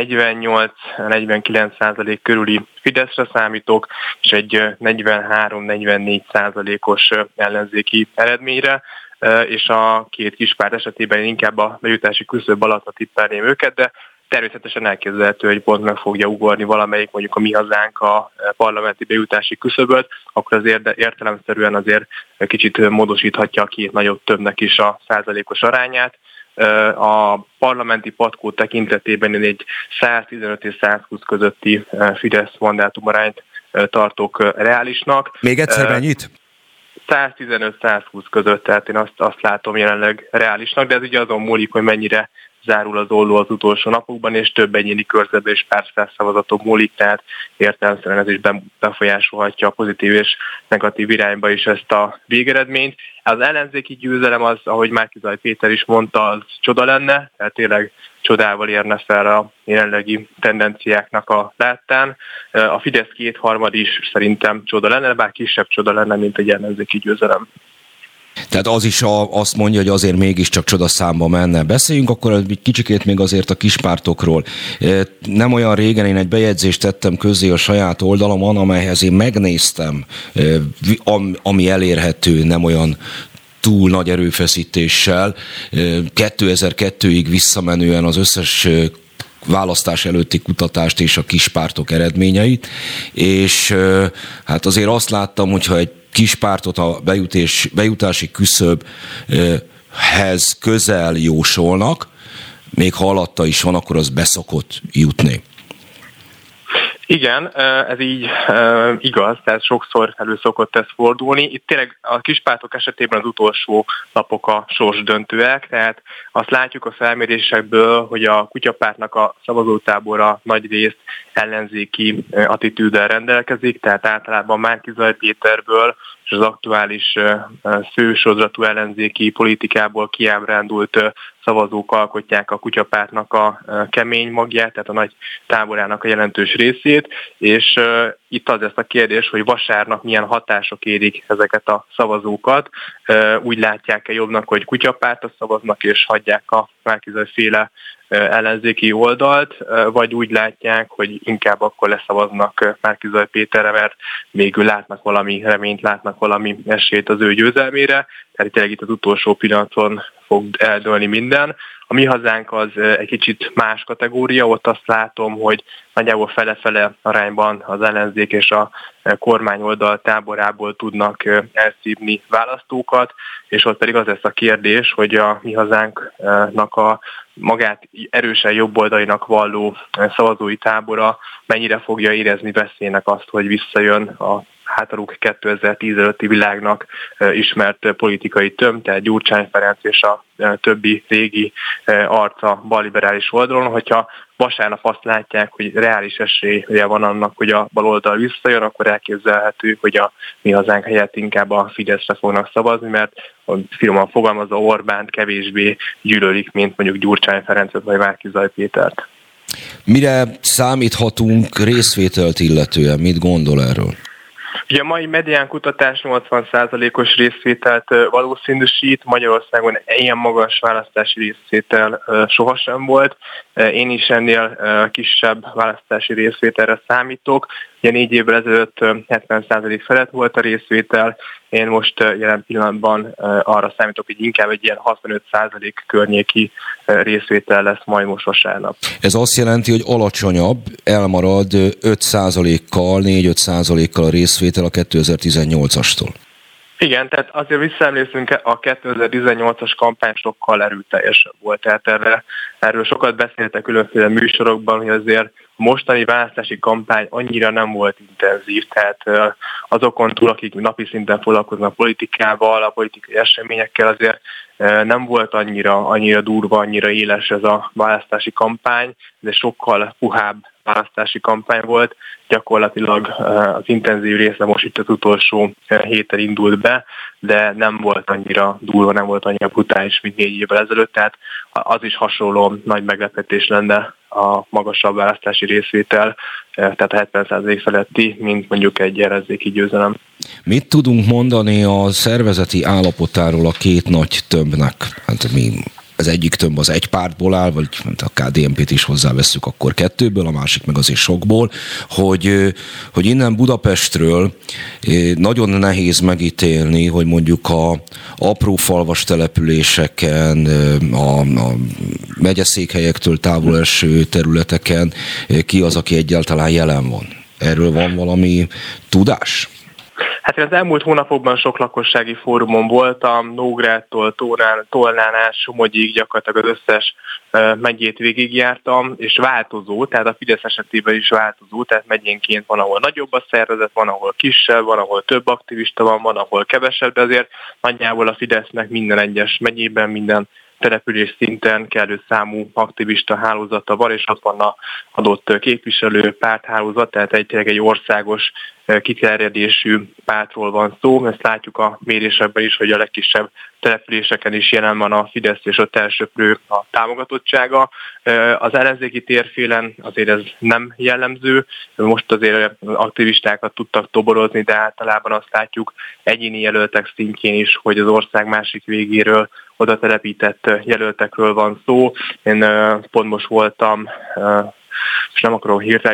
48-49% körüli Fideszre számítok, és egy 43-44%-os ellenzéki eredményre, és a két kispárt esetében inkább a bejutási küszöb alatt tippelném őket, de természetesen elképzelhető, hogy pont meg fogja ugorni valamelyik, mondjuk a Mi Hazánk a parlamenti bejutási küszöböt, akkor azért értelemszerűen azért kicsit módosíthatja a két nagyobb többnek is a százalékos arányát. A parlamenti patkó tekintetében én egy 115 és 120 közötti Fidesz mandátumarányt tartok reálisnak. Még egyszer mennyit? 115-120 között, tehát én azt látom jelenleg reálisnak, de ez ugye azon múlik, hogy mennyire zárul az olló az utolsó napokban, és több egyéni körzetben és pár száz szavazaton múlik, tehát értelemszerűen ez is befolyásolhatja a pozitív és negatív irányba is ezt a végeredményt. Az ellenzéki győzelem az, ahogy Márki-Zay Péter is mondta, az csoda lenne, tehát tényleg csodával érne fel a jelenlegi tendenciáknak a láttán. A Fidesz kétharmad is szerintem csoda lenne, bár kisebb csoda lenne, mint egy ellenzéki győzelem. Tehát az is azt mondja, hogy azért mégiscsak csodaszámba menne. Beszéljünk akkor egy kicsikét még azért a kispártokról. Nem olyan régen én egy bejegyzést tettem közzé a saját oldalamon, amelyhez én megnéztem, ami elérhető, nem olyan túl nagy erőfeszítéssel. 2002-ig visszamenően az összes választás előtti kutatást és a kispártok eredményeit, és hát azért azt láttam, hogyha egy kispártot a bejutási küszöbhez közel jósolnak, még ha alatta is van, akkor az beszokott jutni. Igen, ez így igaz, tehát sokszor elő szokott ez fordulni. Itt tényleg a kispártok esetében az utolsó napok a sorsdöntőek, tehát azt látjuk a felmérésekből, hogy a Kutyapártnak a szavazótábora nagy részt ellenzéki attitűddel rendelkezik, tehát általában Márki-Zay Péterből és az aktuális fősodratú ellenzéki politikából kiábrándult szavazók alkotják a Kutyapártnak a kemény magját, tehát a nagy táborának a jelentős részét, és itt az lesz a kérdés, hogy vasárnap milyen hatások érik ezeket a szavazókat. Úgy látják-e jobbnak, hogy Kutyapártra szavaznak és hagyják a Márki-Zay féle ellenzéki oldalt, vagy úgy látják, hogy inkább akkor leszavaznak Márki-Zay Péterre, mert még látnak valami reményt, látnak valami esélyt az ő győzelmére. Tehát tényleg itt az utolsó pillanaton fog eldőlni minden. A Mi Hazánk az egy kicsit más kategória, ott azt látom, hogy nagyjából fele-fele arányban az ellenzék és a kormányoldal táborából tudnak elszívni választókat, és ott pedig az lesz a kérdés, hogy a Mi Hazánknak a magát erősen jobboldalinak valló szavazói tábora mennyire fogja érezni veszélynek azt, hogy visszajön a hátaluk 2010 előtti világnak ismert politikai tömb, tehát Gyurcsány Ferenc és a többi régi arca balliberális oldalon. Hogyha vasárnap azt látják, hogy reális esélye van annak, hogy a baloldal visszajön, akkor elképzelhető, hogy a Mi Hazánk helyett inkább a Fideszre fognak szavazni, mert finoman fogalmazva Orbánt kevésbé gyűlölik, mint mondjuk Gyurcsány Ferencet vagy Márki-Zay Pétert. Mire számíthatunk részvételt illetően? Mit gondol erről? Ugye a mai medián kutatás 80%-os részvételt valószínűsít, Magyarországon ilyen magas választási részvétel sohasem volt. Én is ennél kisebb választási részvételre számítok. Ugye 4 évvel ezelőtt 70% felett volt a részvétel, én most jelen pillanatban arra számítok, hogy inkább egy ilyen 65% környéki részvétel lesz majd most vasárnap. Ez azt jelenti, hogy alacsonyabb, elmarad 5%-kal, 4-5%-kal a részvétel a 2018-astól. Igen, tehát azért visszaemlékszünk, a 2018-as kampány sokkal erőteljesebb volt, tehát erről sokat beszéltek különféle műsorokban, hogy azért a mostani választási kampány annyira nem volt intenzív, tehát azokon túl, akik napi szinten foglalkoznak politikával, a politikai eseményekkel, azért nem volt annyira durva, annyira éles ez a választási kampány, de sokkal puhább választási kampány volt. Gyakorlatilag az intenzív része most itt az utolsó héten indult be, de nem volt annyira durva, nem volt annyira brutális, mint 4 évvel ezelőtt, tehát az is hasonló nagy meglepetés lenne a magasabb választási részvétel, tehát 70% feletti, mint mondjuk egy ellenzéki győzelem. Mit tudunk mondani a szervezeti állapotáról a két nagy tömbnek? Hát mi az egyik tömb az egy pártból áll, vagy a KDNP-t is hozzávesszük, akkor 2-ből, a másik meg azért sokból, hogy innen Budapestről nagyon nehéz megítélni, hogy mondjuk a apró falvas településeken, a megyeszékhelyektől távol eső területeken ki az, aki egyáltalán jelen van. Erről van valami tudás? Hát én az elmúlt hónapokban sok lakossági fórumon voltam, Nógrádtól, Tolnán át, Somogyig gyakorlatilag az összes megyét végigjártam, és változó, tehát a Fidesz esetében is változó, tehát megyénként van, ahol nagyobb a szervezet, van, ahol kisebb, van, ahol több aktivista van, ahol kevesebb, de azért nagyjából a Fidesznek minden egyes megyében, minden település szinten kellő számú aktivista hálózata van, és ott van a adott képviselő párthálózat, tehát egy országos kiterjedésű pártról van szó. Ezt látjuk a mérésekben is, hogy a legkisebb településeken is jelen van a Fidesz, és ott elsöprő a támogatottsága. Az ellenzéki térfélen azért ez nem jellemző. Most azért aktivistákat tudtak toborozni, de általában azt látjuk egyéni jelöltek szintjén is, hogy az ország másik végéről oda telepített jelöltekről van szó. Én pont most voltam, és nem akarok hirtelen,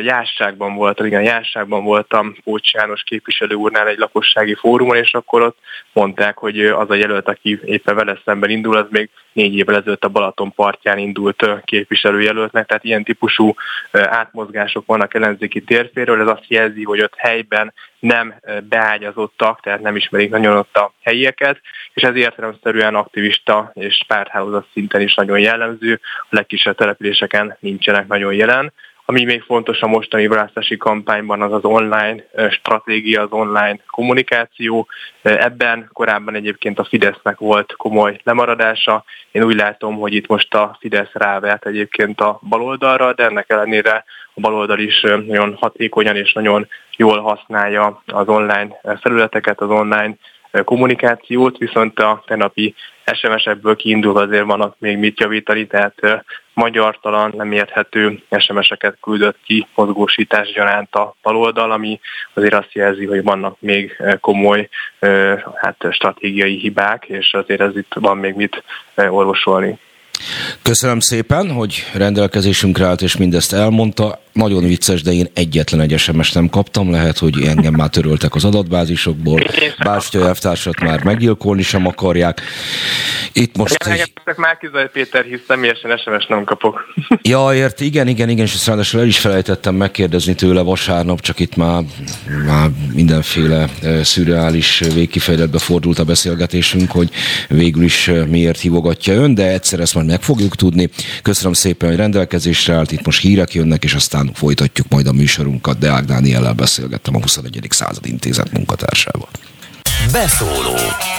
Jászságban voltam Pócs János képviselő úrnál egy lakossági fórumon, és akkor ott mondták, hogy az a jelölt, aki éppen vele szemben indul, az még 4 évvel ezelőtt a Balaton partján indult képviselőjelöltnek, tehát ilyen típusú átmozgások vannak ellenzéki térféről, ez azt jelzi, hogy ott helyben nem beágyazottak, tehát nem ismerik nagyon ott a helyieket, és ez értelemszerűen aktivista és párthálózat szinten is nagyon jellemző, a legkisebb településeken nincsenek nagyon jelen. Ami még fontos a mostani választási kampányban, az az online stratégia, az online kommunikáció. Ebben korábban egyébként a Fidesznek volt komoly lemaradása. Én úgy látom, hogy itt most a Fidesz rávert egyébként a baloldalra, de ennek ellenére a baloldal is nagyon hatékonyan és nagyon jól használja az online felületeket, az online kommunikációt, viszont a tegnapi SMS-ekből kiindul azért vannak még mit javítani, tehát magyartalan, nem érthető SMS-eket küldött ki mozgósítás gyaránt a baloldal, ami azért azt jelzi, hogy vannak még komoly stratégiai hibák, és azért ez itt van még mit orvosolni. Köszönöm szépen, hogy rendelkezésünkre állt és mindezt elmondta. Nagyon vicces, de én egyetlen egy SMS nem kaptam. Lehet, hogy engem már töröltek az adatbázisokból. Bástya elvtársat már meggyilkolni sem akarják. Itt most... Márki-Zay Péter hisz, személyesen SMS nem kapok. Ja, igen, és ezt ráadásul el is felejtettem megkérdezni tőle vasárnap, csak itt már mindenféle szürreális végkifejletbe fordult a beszélgetésünk, hogy végül is miért hívogatja ön, de egyszer ezt majd meg fogjuk tudni. Köszönöm szépen, hogy rendelkezésre állt, itt most hírek jönnek, és aztán folytatjuk majd a műsorunkat. Deák Dániellel beszélgettem, a 21. század intézet munkatársával. Beszóló.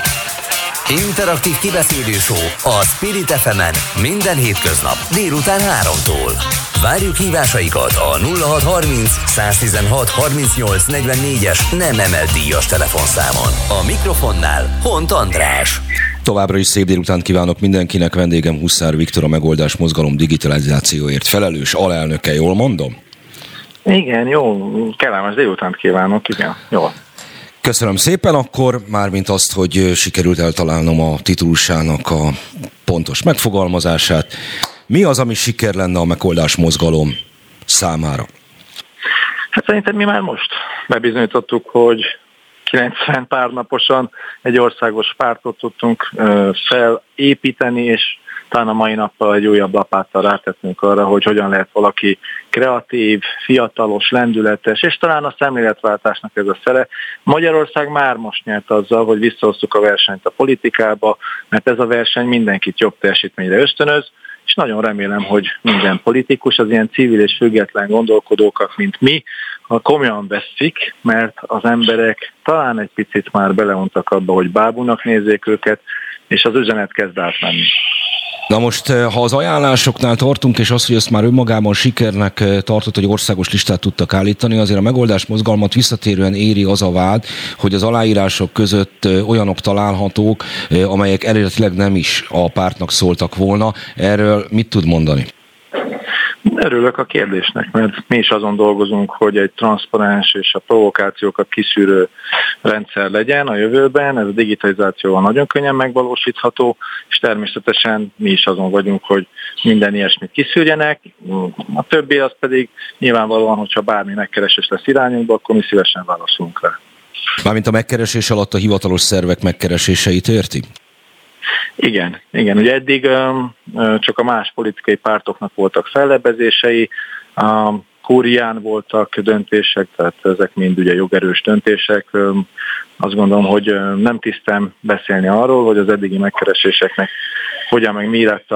Interaktív kibeszélő show a Spirit FM-en minden hétköznap délután 3-tól. Várjuk hívásaikat a 0630 116 38 44-es nem emelt díjas telefonszámon. A mikrofonnál Hont András. Továbbra is szép délutánt kívánok mindenkinek, vendégem Huszár Viktor, a Megoldás Mozgalom digitalizációért felelős alelnöke, jól mondom? Igen, jó, kellemes délutánt kívánok, igen, jól. Köszönöm szépen, akkor mármint azt, hogy sikerült eltalálnom a titulusának a pontos megfogalmazását. Mi az, ami siker lenne a Megoldás Mozgalom számára? Hát szerintem mi már most bebizonyítottuk, hogy 90 pár naposan egy országos pártot tudtunk felépíteni, és talán a mai nappal egy újabb lapáttal rátettünk arra, hogy hogyan lehet valaki kreatív, fiatalos, lendületes, és talán a szemléletváltásnak ez a szere. Magyarország már most nyert azzal, hogy visszahoztuk a versenyt a politikába, mert ez a verseny mindenkit jobb teljesítményre ösztönöz, és nagyon remélem, hogy minden politikus, az ilyen civil és független gondolkodókat, mint mi, ha komolyan veszik, mert az emberek talán egy picit már beleuntak abba, hogy bábúnak nézzék őket, és az üzenet kezd átmenni. Na most, ha az ajánlásoknál tartunk, és az, hogy ezt már önmagában sikernek tartott, hogy országos listát tudtak állítani, azért a Megoldás Mozgalmat visszatérően éri az a vád, hogy az aláírások között olyanok találhatók, amelyek eredetileg nem is a pártnak szóltak volna. Erről mit tud mondani? Örülök a kérdésnek, mert mi is azon dolgozunk, hogy egy transzparens és a provokációkat kiszűrő rendszer legyen a jövőben. Ez a digitalizációval nagyon könnyen megvalósítható, és természetesen mi is azon vagyunk, hogy minden ilyesmit kiszűrjenek. A többi az pedig nyilvánvalóan, hogyha bármi megkeresés lesz irányunkba, akkor mi szívesen válaszolunk rá. Mármint a megkeresés alatt a hivatalos szervek megkereséseit érti? Igen. Ugye eddig csak a más politikai pártoknak voltak fellebbezései, a kúrián voltak döntések, tehát ezek mind ugye jogerős döntések. Azt gondolom, hogy nem tisztem beszélni arról, hogy az eddigi megkereséseknek hogyan meg mi lett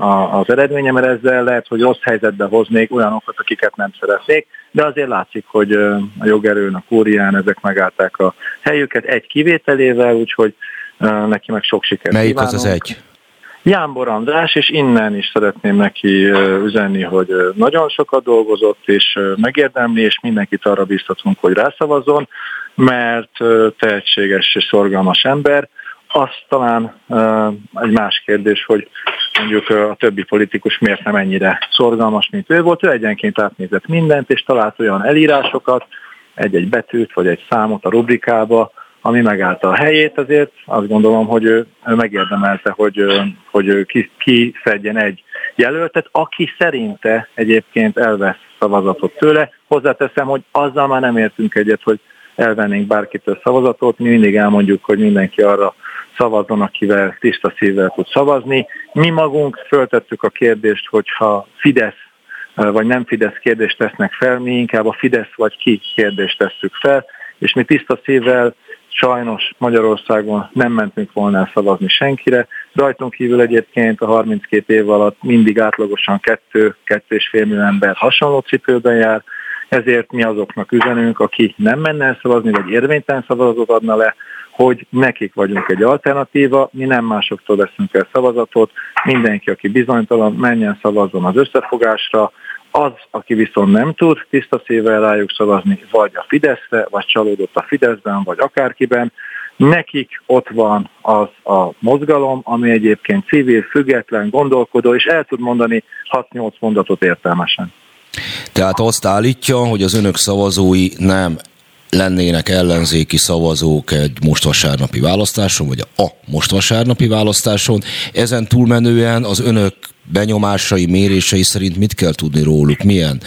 az eredménye, mert ezzel lehet, hogy rossz helyzetbe hoznék olyanokat, akiket nem szeretnék, de azért látszik, hogy a jogerőn, a kúrián ezek megállták a helyüket egy kivételével, úgyhogy neki meg sok sikert Melyik kívánunk. az egy? Jámbor András, és innen is szeretném neki üzenni, hogy nagyon sokat dolgozott, és megérdemli, és mindenkit arra biztatunk, hogy rászavazzon, mert tehetséges és szorgalmas ember. Az talán egy más kérdés, hogy mondjuk a többi politikus miért nem ennyire szorgalmas, mint ő volt. Ő egyenként átnézett mindent, és talált olyan elírásokat, egy-egy betűt, vagy egy számot a rubrikába, ami megállta a helyét. Azért azt gondolom, hogy ő megérdemelte, hogy ő kiszedjen egy jelöltet, aki szerinte egyébként elvesz szavazatot tőle. Hozzáteszem, hogy azzal már nem értünk egyet, hogy elvennénk bárkitől szavazatot. Mi mindig elmondjuk, hogy mindenki arra szavazzon, akivel tiszta szívvel tud szavazni. Mi magunk föltettük a kérdést, hogyha Fidesz vagy nem Fidesz kérdést tesznek fel, mi inkább a Fidesz vagy ki kérdést tesszük fel, és mi tiszta szívvel sajnos Magyarországon nem mentünk volna el szavazni senkire. Rajtunk kívül egyébként a 32 év alatt mindig átlagosan 2-2,5 millió ember hasonló cipőben jár, ezért mi azoknak üzenünk, aki nem menne el szavazni, vagy érvénytelen szavazatot adna le, hogy nekik vagyunk egy alternatíva, mi nem másoktól veszünk el szavazatot, mindenki, aki bizonytalan, menjen szavazzon az összefogásra, az, aki viszont nem tud tiszta szívvel rájuk szavazni, vagy a Fideszre, vagy csalódott a Fideszben, vagy akárkiben, nekik ott van az a mozgalom, ami egyébként civil, független, gondolkodó, és el tud mondani 6-8 mondatot értelmesen. Tehát azt állítja, hogy az önök szavazói nem lennének ellenzéki szavazók egy most vasárnapi választáson, vagy a most vasárnapi választáson. Ezen túlmenően az önök benyomásai, mérései szerint mit kell tudni róluk? Milyen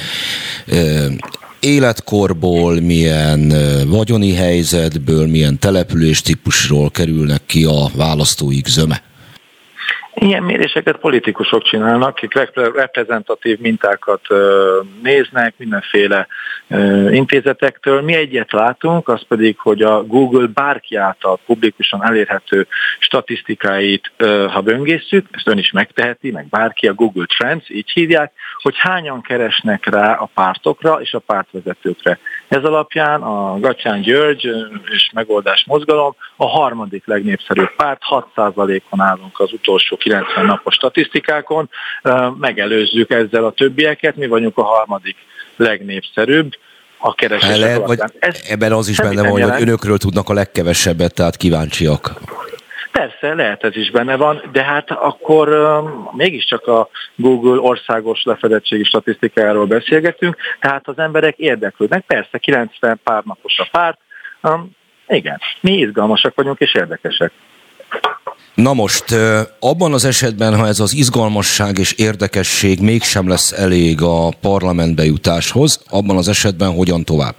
életkorból, milyen vagyoni helyzetből, milyen településtípusról kerülnek ki a választóik zöme? Ilyen méréseket politikusok csinálnak, akik reprezentatív mintákat néznek mindenféle intézetektől. Mi egyet látunk, az pedig, hogy a Google bárki által publikusan elérhető statisztikáit, ha böngészük, ezt ön is megteheti, meg bárki, a Google Trends, így hívják, hogy hányan keresnek rá a pártokra és a pártvezetőkre. Ez alapján a Gatyán György és Megoldás Mozgalom a harmadik legnépszerűbb párt, 6%-on állunk az utolsó 90 napos statisztikákon, megelőzzük ezzel a többieket, mi vagyunk a harmadik legnépszerűbb a keresések alapján. Ebben az is benne van, hogy önökről tudnak a legkevesebbet, tehát kíváncsiak. Persze, lehet ez is benne van, de hát akkor mégiscsak a Google országos lefedettségi statisztikájáról beszélgetünk, tehát az emberek érdeklődnek. Persze, 90 pár napos a párt, igen, mi izgalmasak vagyunk és érdekesek. Na most, abban az esetben, ha ez az izgalmasság és érdekesség mégsem lesz elég a parlamentbe jutáshoz, abban az esetben hogyan tovább?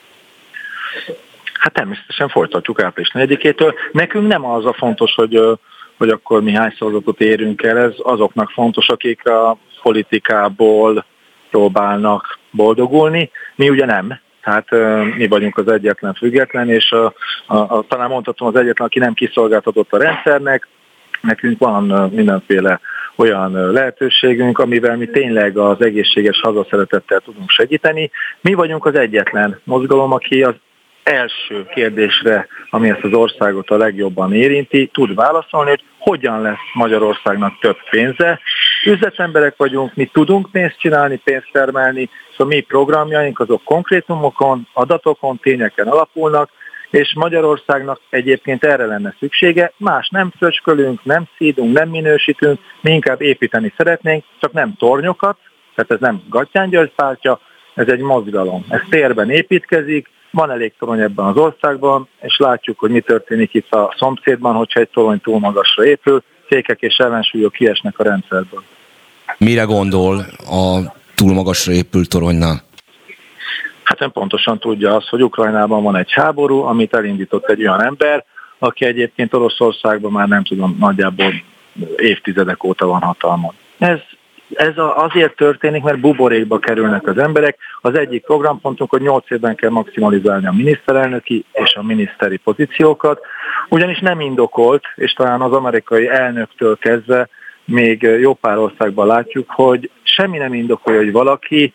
Hát természetesen folytatjuk április 4-től. Nekünk nem az a fontos, hogy akkor mi hány szavazatot érünk el, ez azoknak fontos, akik a politikából próbálnak boldogulni. Mi ugye nem. Tehát mi vagyunk az egyetlen független, és talán mondhatom az egyetlen, aki nem kiszolgáltatott a rendszernek. Nekünk van mindenféle olyan lehetőségünk, amivel mi tényleg az egészséges hazaszeretettel tudunk segíteni. Mi vagyunk az egyetlen mozgalom, aki az első kérdésre, ami ezt az országot a legjobban érinti, tud válaszolni, hogy hogyan lesz Magyarországnak több pénze. Üzletemberek vagyunk, mi tudunk pénzt csinálni, pénzt termelni, szóval mi programjaink azok konkrétumokon, adatokon, tényeken alapulnak, és Magyarországnak egyébként erre lenne szüksége. Más nem fröcskölünk, nem szídunk, nem minősítünk, mi inkább építeni szeretnénk, csak nem tornyokat Tehát ez nem Gattyán György pártja, ez egy mozgalom. Ez térben építkezik, van elég torony ebben az országban, és látjuk, hogy mi történik itt a szomszédban, hogyha egy torony túl magasra épül, fékek és ellensúlyok kiesnek a rendszerből. Mire gondol a túl magasra épült toronynál? Hát ön pontosan tudja azt, hogy Ukrajnában van egy háború, amit elindított egy olyan ember, aki egyébként Oroszországban már nem tudom, nagyjából évtizedek óta van hatalmon. Ez azért történik, mert buborékba kerülnek az emberek. Az egyik programpontunk, hogy 8 évben kell maximalizálni a miniszterelnöki és a miniszteri pozíciókat, ugyanis nem indokolt, és talán az amerikai elnöktől kezdve még jó pár országban látjuk, hogy semmi nem indokolja, hogy valaki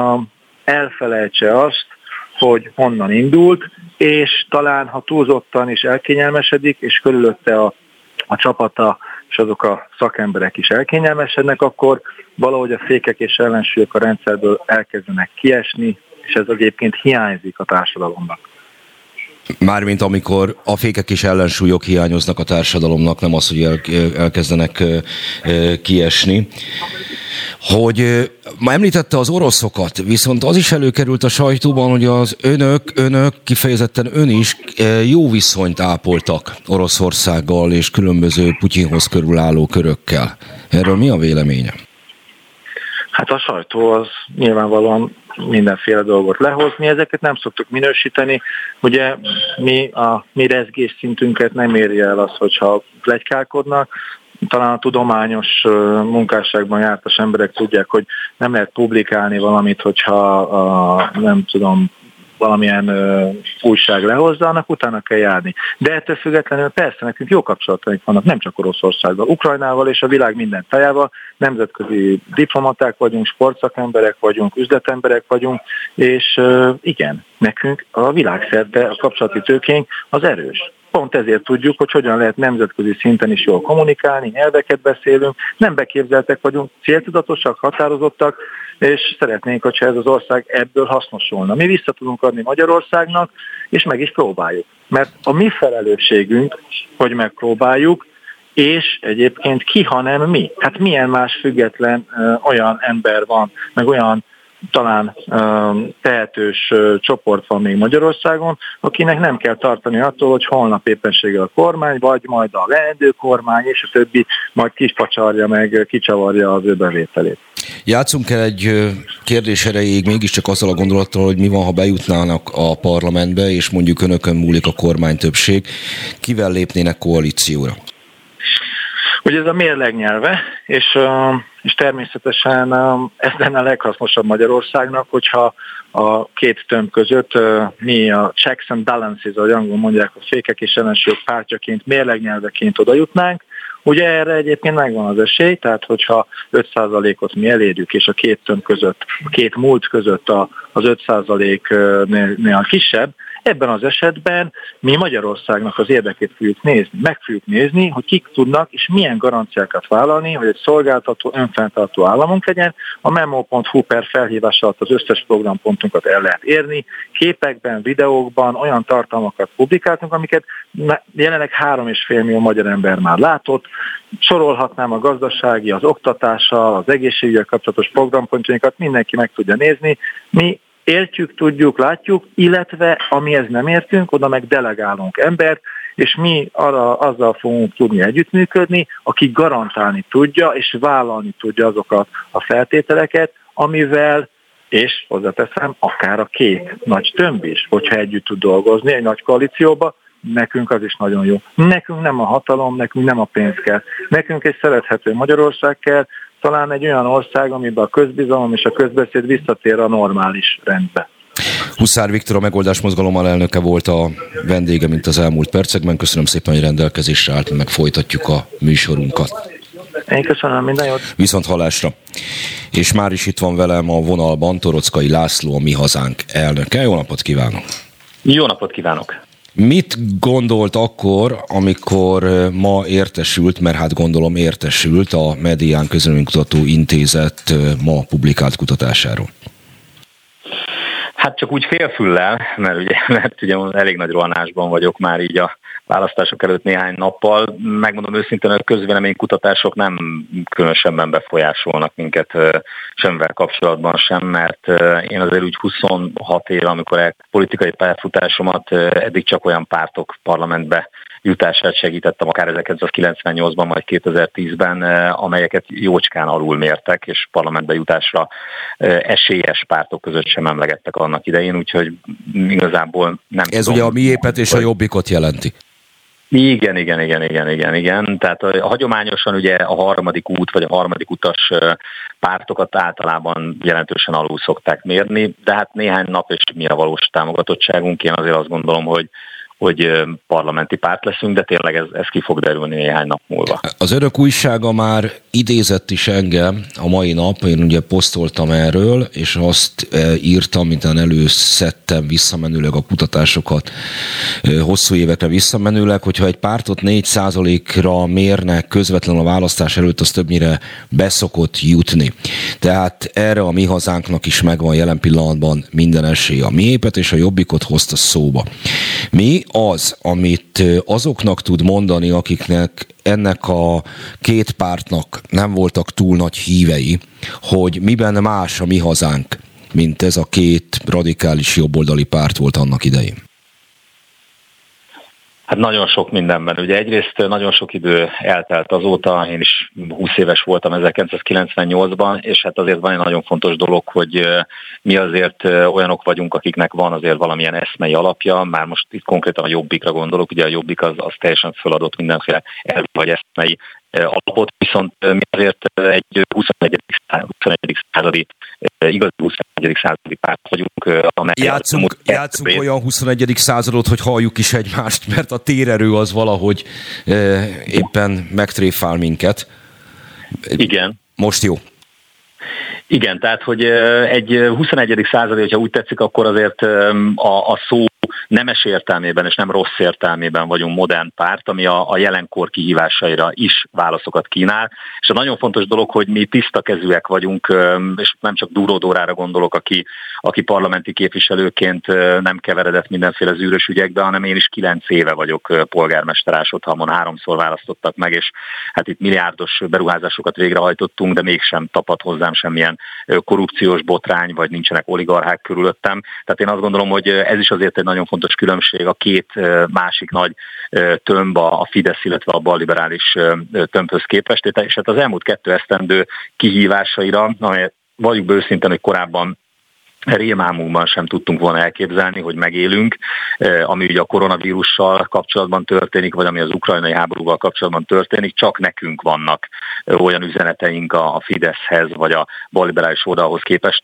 elfelejtse azt, hogy honnan indult, és talán ha túlzottan is elkényelmesedik, és körülötte a csapata és azok a szakemberek is elkényelmesednek, akkor valahogy a fékek és ellensúlyok a rendszerből elkezdenek kiesni, és ez egyébként hiányzik a társadalomnak. Mármint amikor a fékek és ellensúlyok hiányoznak a társadalomnak, nem az, hogy elkezdenek kiesni. Hogy ma említette az oroszokat, viszont az is előkerült a sajtóban, hogy az önök kifejezetten ön is jó viszonyt ápoltak Oroszországgal és különböző Putyinhoz körülálló körökkel. Erről mi a véleménye? Hát a sajtó az nyilvánvalóan mindenféle dolgot lehoz. Mi ezeket nem szoktuk minősíteni. Ugye mi rezgés szintünket nem érje el az, hogyha pletykálkodnak. Talán a tudományos munkásságban jártas emberek tudják, hogy nem lehet publikálni valamit, hogyha nem tudom, valamilyen újság lehozza, annak utána kell járni. De ettől függetlenül persze nekünk jó kapcsolataink vannak, nem csak Oroszországgal, Ukrajnával és a világ minden tájával, nemzetközi diplomaták vagyunk, sportszakemberek vagyunk, üzletemberek vagyunk, és igen, nekünk a világszerte a kapcsolati tőkénk az erős. Pont ezért tudjuk, hogy hogyan lehet nemzetközi szinten is jól kommunikálni, nyelveket beszélünk, nem beképzeltek vagyunk, céltudatosak, határozottak, és szeretnénk, hogyha ez az ország ebből hasznosulna. Mi vissza tudunk adni Magyarországnak, és meg is próbáljuk. Mert a mi felelősségünk, hogy megpróbáljuk, és egyébként ki, ha nem mi. Hát milyen más független olyan ember van, meg olyan talán tehetős csoport van még Magyarországon, akinek nem kell tartani attól, hogy holnap éppenséggel a kormány, vagy majd a leendő kormány, és a többi majd kifacsarja meg, kicsavarja az ő bevételét. Játszunk el egy kérdés erejéig mégiscsak azzal a gondolattal, hogy mi van, ha bejutnának a parlamentbe, és mondjuk önökön múlik a kormánytöbbség, kivel lépnének koalícióra? Ugye ez a mérleg nyelve, és természetesen ez lenne a leghasznosabb Magyarországnak, hogyha a két tömb között mi a checks and balances, ahogy angolul mondják, a fékek és ellensúlyok pártjaként, mérlegnyelveként oda jutnánk. Ugye erre egyébként megvan az esély, tehát hogyha 5%-ot mi elérjük, és a két tömb között, a két múlt között az 5%-nél kisebb, ebben az esetben mi Magyarországnak az érdekét fogjuk nézni. Meg fogjuk nézni, hogy kik tudnak és milyen garanciákat vállalni, hogy egy szolgáltató, önfenntartó államunk legyen. A memo.hu per felhívás alatt az összes programpontunkat el lehet érni. Képekben, videókban olyan tartalmakat publikáltunk, amiket jelenleg 3,5 millió magyar ember már látott. Sorolhatnám a gazdasági, az oktatással, az egészségügyel kapcsolatos programpontjainkat, mindenki meg tudja nézni. Mi értjük, tudjuk, látjuk, illetve amihez nem értünk, oda meg delegálunk embert, és mi azzal fogunk tudni együttműködni, aki garantálni tudja és vállalni tudja azokat a feltételeket, amivel, és hozzáteszem, akár a két nagy tömb is, hogyha együtt tud dolgozni egy nagy koalícióba, nekünk az is nagyon jó. Nekünk nem a hatalom, nekünk nem a pénz kell. Nekünk egy szerethető Magyarország kell, talán egy olyan ország, amiben a közbizalom és a közbeszéd visszatér a normális rendbe. Huszár Viktor, a Megoldás Mozgalom alelnöke volt a vendége, mint az elmúlt percekben. Köszönöm szépen, hogy rendelkezésre állt, meg folytatjuk a műsorunkat. Én köszönöm, minden jót. Viszont hallásra. És már is itt van velem a vonalban Torockai László, a Mi Hazánk elnöke. Jó napot kívánok! Jó napot kívánok! Mit gondolt akkor, amikor ma értesült, mert hát gondolom értesült a Medián Közvéleménykutató Intézet ma publikált kutatásáról? Hát Hát csak úgy félfüllel, mert ugye elég nagy rohanásban vagyok már így a választások előtt néhány nappal. Megmondom őszintén, hogy a közvéleménykutatások nem különösebben befolyásolnak minket semmivel kapcsolatban sem, mert én azért úgy 26 éve, amikor a politikai pályafutásomat eddig csak olyan pártok parlamentbe jutását segítettem, akár 1998-ban, majd 2010-ben, amelyeket jócskán alulmértek, és parlamentbe jutásra esélyes pártok között sem emlegettek annak idején, úgyhogy igazából nem Ez tudom. ugye a Miépet és a Jobbikot jelenti. Igen. Tehát hagyományosan ugye a harmadik út vagy a harmadik utas pártokat általában jelentősen alul szokták mérni, de hát néhány nap és mi a valós támogatottságunk, én azért azt gondolom, hogy parlamenti párt leszünk, de tényleg ez ki fog derülni néhány nap múlva. Az Örök újsága már idézett is engem a mai nap, én ugye posztoltam erről, és azt írtam, mintán előszedtem visszamenőleg a kutatásokat hosszú évekre visszamenőleg, hogyha egy pártot 4%-ra mérnek közvetlenül a választás előtt, az többnyire beszokott jutni. Tehát erre a Mi Hazánknak is megvan jelen pillanatban minden esély. A Miépet és a Jobbikot hozta szóba. Mi az, amit azoknak tud mondani, akiknek ennek a két pártnak nem voltak túl nagy hívei, hogy miben más a Mi Hazánk, mint ez a két radikális jobboldali párt volt annak idején? Hát nagyon sok mindenben. Ugye egyrészt nagyon sok idő eltelt azóta, én is 20 éves voltam 1998-ban, és hát azért van egy nagyon fontos dolog, hogy mi azért olyanok vagyunk, akiknek van azért valamilyen eszmei alapja, már most itt konkrétan a Jobbikra gondolok, ugye a Jobbik az teljesen föladott mindenféle elvi vagy eszmei alapot, viszont mi azért egy 21. századi, igazi 21. századi párt vagyunk, amely... Játszunk olyan 21. századot, hogy halljuk is egymást, mert a térerő az valahogy éppen megtréfál minket. Igen. Most jó. Igen, tehát, hogy egy 21. századi, hogyha úgy tetszik, akkor azért a szó nemes értelmében és nem rossz értelmében vagyunk modern párt, ami a jelenkor kihívásaira is válaszokat kínál. És a nagyon fontos dolog, hogy mi tiszta kezűek vagyunk, és nem csak Dúró Dórára gondolok, aki parlamenti képviselőként nem keveredett mindenféle zűrös ügyekbe, hanem én is 9 éve vagyok polgármester Ásotthalmon, 3-szor választottak meg, és hát itt milliárdos beruházásokat végrehajtottunk, de mégsem tapad hozzám semmilyen korrupciós botrány, vagy nincsenek oligarchák körülöttem. Tehát én azt gondolom, hogy ez is azért egy nagyon fontos különbség a két másik nagy tömb, a Fidesz, illetve a balliberális tömbhöz képest, és hát az elmúlt 2 esztendő kihívásaira, amely valljuk be őszintén, hogy korábban rémálmunkban sem tudtunk volna elképzelni, hogy megélünk, ami ugye a koronavírussal kapcsolatban történik, vagy ami az ukrajnai háborúval kapcsolatban történik, csak nekünk vannak olyan üzeneteink a Fideszhez, vagy a balliberális oldalhoz képest,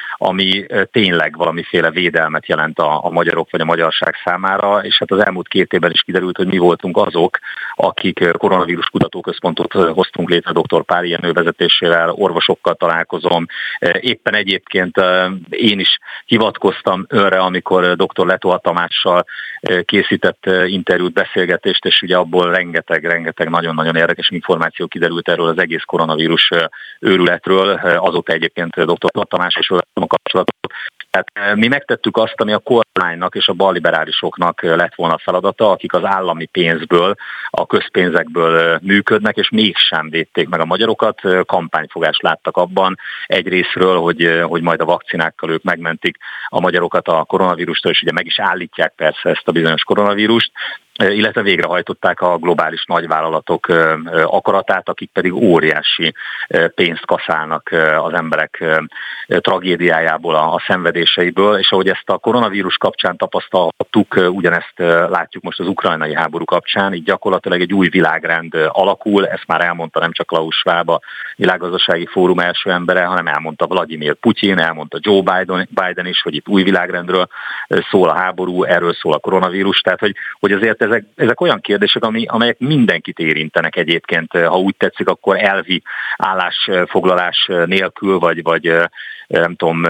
ami tényleg valamiféle védelmet jelent a magyarok, vagy a magyarság számára, és hát az elmúlt 2 évben is kiderült, hogy mi voltunk azok, akik koronavírus kutatóközpontot hoztunk létre dr. Pál Jenő vezetésével, orvosokkal találkozom. Éppen egyébként én is hivatkoztam önre, amikor dr. Letó Tamással készített interjút, beszélgetést, és ugye abból rengeteg nagyon-nagyon érdekes információ kiderült erről az egész koronavírus őrületről. Azóta egyébként dr. Tamás és a kapcsolatot. Tehát mi megtettük azt, ami a kormánynak és a balliberálisoknak lett volna feladata, akik az állami pénzből, a közpénzekből működnek, és mégsem védték meg a magyarokat. Kampányfogást láttak abban egyrészről, hogy majd a vakcinákkal ők megmentik a magyarokat a koronavírustól, és ugye meg is állítják persze ezt a bizonyos koronavírust, illetve végrehajtották a globális nagyvállalatok akaratát, akik pedig óriási pénzt kaszálnak az emberek tragédiájából, a szenvedéseiből, és ahogy ezt a koronavírus kapcsán tapasztalhattuk, ugyanezt látjuk most az ukrajnai háború kapcsán, így gyakorlatilag egy új világrend alakul, ezt már elmondta nem csak Klaus Schwab, a Világgazdasági Fórum első embere, hanem elmondta Vladimir Putyin, elmondta Joe Biden is, hogy itt új világrendről szól a háború, erről szól a koronavírus, tehát hogy azért ezek olyan kérdések, amelyek mindenkit érintenek egyébként, ha úgy tetszik, akkor elvi állásfoglalás nélkül, vagy nem tudom,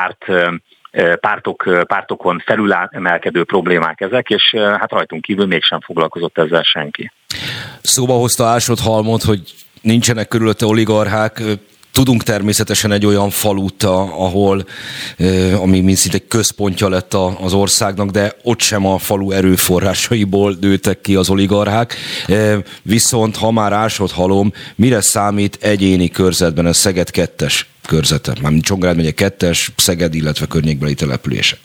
pártokon felülemelkedő problémák ezek, és hát rajtunk kívül mégsem foglalkozott ezzel senki. Szóba hozta Ásotthalmot, hogy nincsenek körülötte oligarchák. tudunk természetesen egy olyan falut, ahol, ami mint szinte központja lett az országnak, de ott sem a falu erőforrásaiból nőttek ki az oligarchák. Viszont ha már ásott halom, mire számít egyéni körzetben, ez Szeged 2-es körzete, mármint Csongrád megye 2-es, Szeged, illetve környékbeli települések?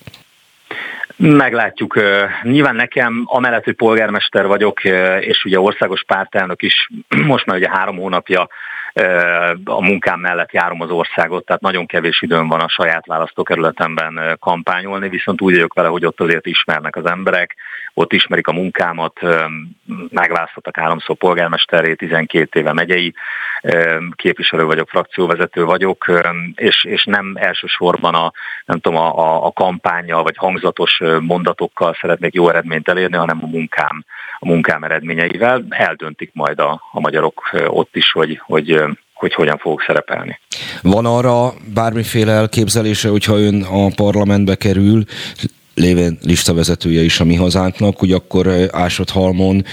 Meglátjuk. Nyilván nekem, amellett, hogy polgármester vagyok, és ugye országos pártelnök is, most már ugye 3 hónapja a munkám mellett járom az országot, tehát nagyon kevés időm van a saját választókerületemben kampányolni, viszont úgy vagyok vele, hogy ott azért ismernek az emberek, ott ismerik a munkámat, megválasztottak 3-szor polgármesterré, 12 éve megyei képviselő vagyok, frakcióvezető vagyok, és nem elsősorban a kampánnyal vagy hangzatos mondatokkal szeretnék jó eredményt elérni, hanem a munkám eredményeivel. Eldöntik majd a magyarok ott is, hogy hogyan fogok szerepelni. Van arra bármiféle elképzelése, hogyha ön a parlamentbe kerül, lévén listavezetője is a Mi Hazánknak, hogy akkor Ásott-Halmon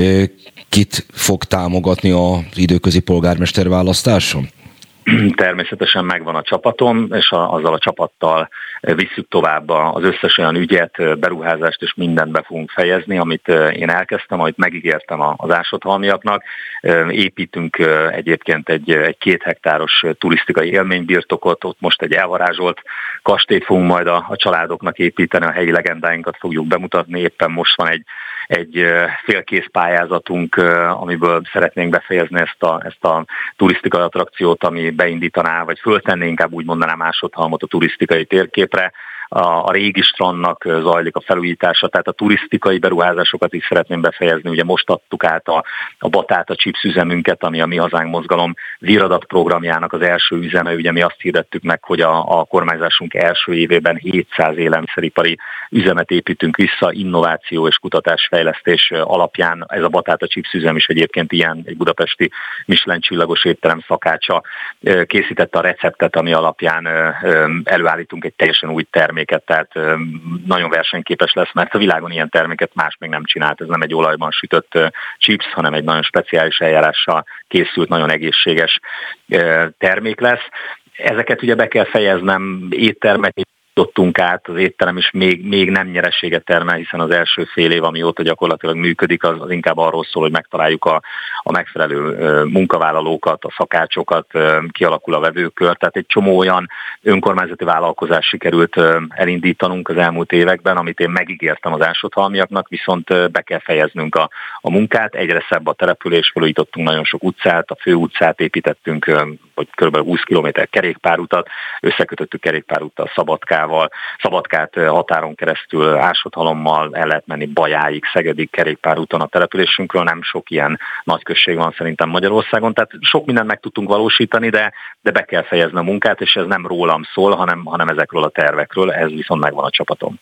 kit fog támogatni az időközi polgármester választáson? Természetesen megvan a csapatom, és azzal a csapattal visszük tovább az összes olyan ügyet, beruházást és mindent be fogunk fejezni, amit én elkezdtem, amit megígértem az Ásott-halmiaknak. Építünk egyébként egy 2 hektáros turisztikai élménybirtokot, ott most egy elvarázsolt kastélyt fogunk majd a családoknak építeni, a helyi legendáinkat fogjuk bemutatni, éppen most van egy félkész pályázatunk, amiből szeretnénk befejezni ezt a turisztikai attrakciót, ami beindítaná, vagy föltenné, inkább úgy mondanám, Ásott-Halmot a turisztikai térképre. A régi strandnak zajlik a felújítása, tehát a turisztikai beruházásokat is szeretném befejezni. Ugye most adtuk át a Batáta Chips üzemünket, ami a Mi Hazánk mozgalom víradat programjának az első üzeme. Ugye mi azt hirdettük meg, hogy a kormányzásunk első évében 700 élelmiszeripari üzemet építünk vissza, innováció és kutatásfejlesztés alapján. Ez a Batáta Chips üzem is egyébként ilyen, egy budapesti Michelin csillagos étterem szakácsa készítette a receptet, ami alapján előállítunk egy teljesen új terméket, tehát nagyon versenyképes lesz, mert a világon ilyen terméket más még nem csinált. Ez nem egy olajban sütött chips, hanem egy nagyon speciális eljárással készült, nagyon egészséges termék lesz. Ezeket ugye be kell fejeznem, éttermek jutottunk át, az étterem is még nem nyereséget termel, hiszen az első fél év, amióta gyakorlatilag működik, az inkább arról szól, hogy megtaláljuk a megfelelő munkavállalókat, a szakácsokat, kialakul a vevőkör, tehát egy csomó olyan önkormányzati vállalkozás sikerült elindítanunk az elmúlt években, amit én megígértem az Ásott-halmiaknak, viszont be kell fejeznünk a munkát, egyre szebb a település, felújítottunk nagyon sok utcát, a fő utcát építettünk, vagy kb. 20 km kerékpárutat, összekötöttük kerékpárúttal Szabadkát határon keresztül Ásott-Halommal el lehet menni Bajáig, Szegedig kerékpárúton a településünkről, nem sok ilyen nagy község van szerintem Magyarországon, tehát sok mindent meg tudtunk valósítani, de be kell fejezni a munkát, és ez nem rólam szól, hanem ezekről a tervekről, ez viszont megvan a csapatom.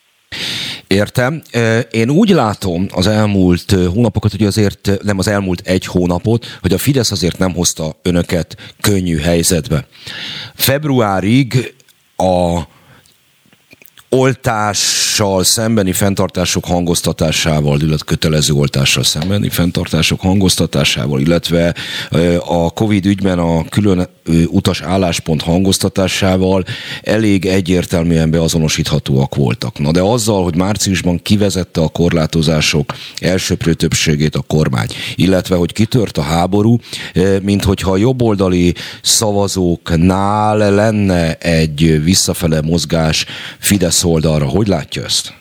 Értem. Én úgy látom az elmúlt hónapokat, hogy azért nem az elmúlt 1 hónapot, hogy a Fidesz azért nem hozta önöket könnyű helyzetbe. Februárig a oltással szembeni fenntartások hangoztatásával, illetve kötelező oltással szembeni fenntartások hangoztatásával, illetve a Covid ügyben a külön utas álláspont hangoztatásával elég egyértelműen beazonosíthatóak voltak. Na de azzal, hogy márciusban kivezette a korlátozások elsöprő többségét a kormány, illetve hogy kitört a háború, minthogyha a jobboldali szavazóknál lenne egy visszafele mozgás Fidesz oldalra. Hogy látja ezt?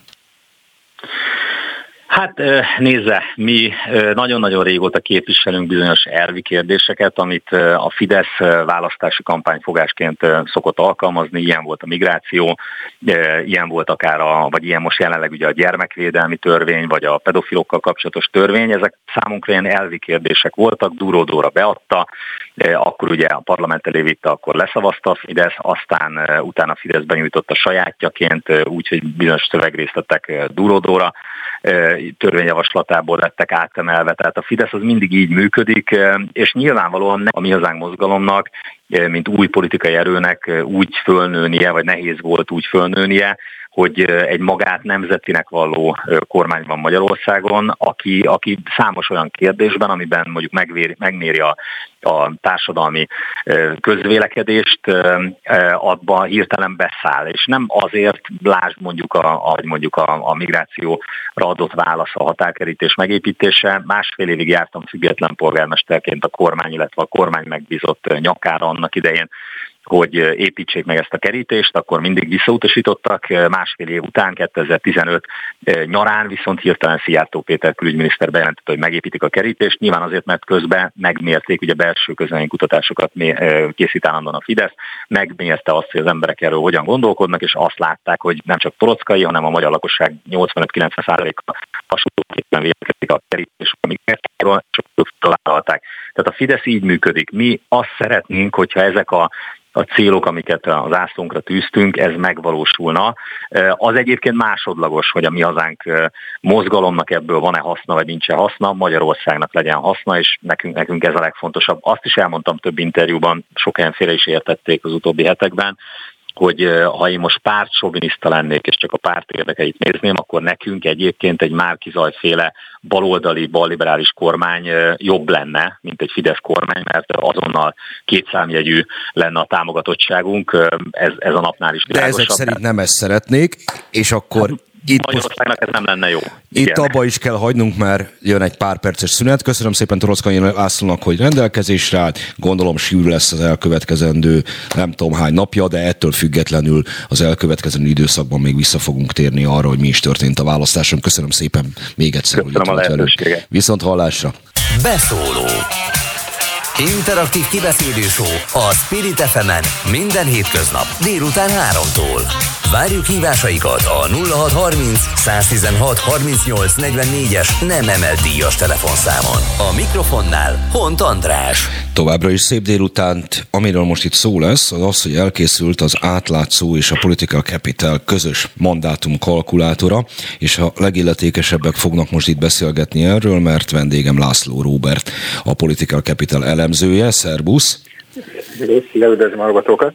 Hát nézze, mi nagyon-nagyon régóta képviselünk bizonyos elvi kérdéseket, amit a Fidesz választási kampányfogásként szokott alkalmazni, ilyen volt a migráció, ilyen volt akár vagy ilyen most jelenleg ugye a gyermekvédelmi törvény, vagy a pedofilokkal kapcsolatos törvény, ezek számunkra ilyen elvi kérdések voltak, Duródóra beadta, akkor ugye a parlament elé vitte, akkor leszavazta a Fidesz, aztán utána Fidesz benyújtotta sajátjaként, úgyhogy bizonyos szövegrészletek Duródóra törvényjavaslatából lettek átemelve. Tehát a Fidesz az mindig így működik, és nyilvánvalóan a Mi Hazánk mozgalomnak, mint új politikai erőnek úgy fölnőnie, vagy nehéz volt úgy fölnőnie, hogy egy magát nemzetinek valló kormány van Magyarországon, aki számos olyan kérdésben, amiben mondjuk megméri a társadalmi közvélekedést, abban hirtelen beszáll. És nem azért, lásd mondjuk a migrációra adott válasz, a határkerítés megépítése. Másfél évig jártam független polgármesterként a kormány, illetve a kormány megbízott nyakára annak idején, hogy építsék meg ezt a kerítést, akkor mindig visszautasítottak. Másfél év után, 2015 nyarán viszont hirtelen Szijjártó Péter külügyminiszter bejelentette, hogy megépítik a kerítést. Nyilván azért, mert közben megmérték, ugye belső közvéleménykutatásokat készít állandóan a Fidesz, megmérte azt, hogy az emberek erről hogyan gondolkodnak, és azt látták, hogy nem csak Torockai, hanem a magyar lakosság 85-90%-a hasonlóképpen vélekedik a kerítés, amikről sokkal vállalták. Tehát a Fidesz így működik. Mi azt szeretnénk, hogyha ezek a célok, amiket az ászlónkra tűztünk, ez megvalósulna. Az egyébként másodlagos, hogy a Mi Hazánk mozgalomnak ebből van-e haszna, vagy nincs-e haszna, Magyarországnak legyen haszna, és nekünk ez a legfontosabb. Azt is elmondtam több interjúban, sok ilyenféle is értették az utóbbi hetekben, hogy ha én most pártsoviniszta lennék, és csak a párt érdekeit nézném, akkor nekünk egyébként egy Márki Zaj-féle baloldali, balliberális kormány jobb lenne, mint egy Fidesz kormány, mert azonnal kétszámjegyű lenne a támogatottságunk, ez a napnál is világosabb. De ezek szerint nem ezt szeretnék, és akkor... Magyarországnak ez nem lenne jó. Itt abba is kell hagynunk, mert jön egy pár perces szünet. Köszönöm szépen Torockai Lászlónak, hogy rendelkezésre állt. Gondolom sűrű lesz az elkövetkezendő nem tudom hány napja, de ettől függetlenül az elkövetkezendő időszakban még vissza fogunk térni arra, hogy mi is történt a választáson. Köszönöm szépen még egyszer, hogy itt volt velünk. Viszont hallásra. Beszóló. Interaktív kibeszélő show a Spirit FM-en minden hétköznap délután 3-tól. Várjuk hívásaikat a 0630 116 38 44-es nem emelt díjas telefonszámon. A mikrofonnál Hont András. Továbbra is szép délutánt, amiről most itt szó lesz, az az, hogy elkészült az Átlátszó és a Political Capital közös mandátum kalkulátora, és a legilletékesebbek fognak most itt beszélgetni erről, mert vendégem László Róbert, a Political Capital elemzője. Szerbusz! Üdvözlöm a hallgatókat!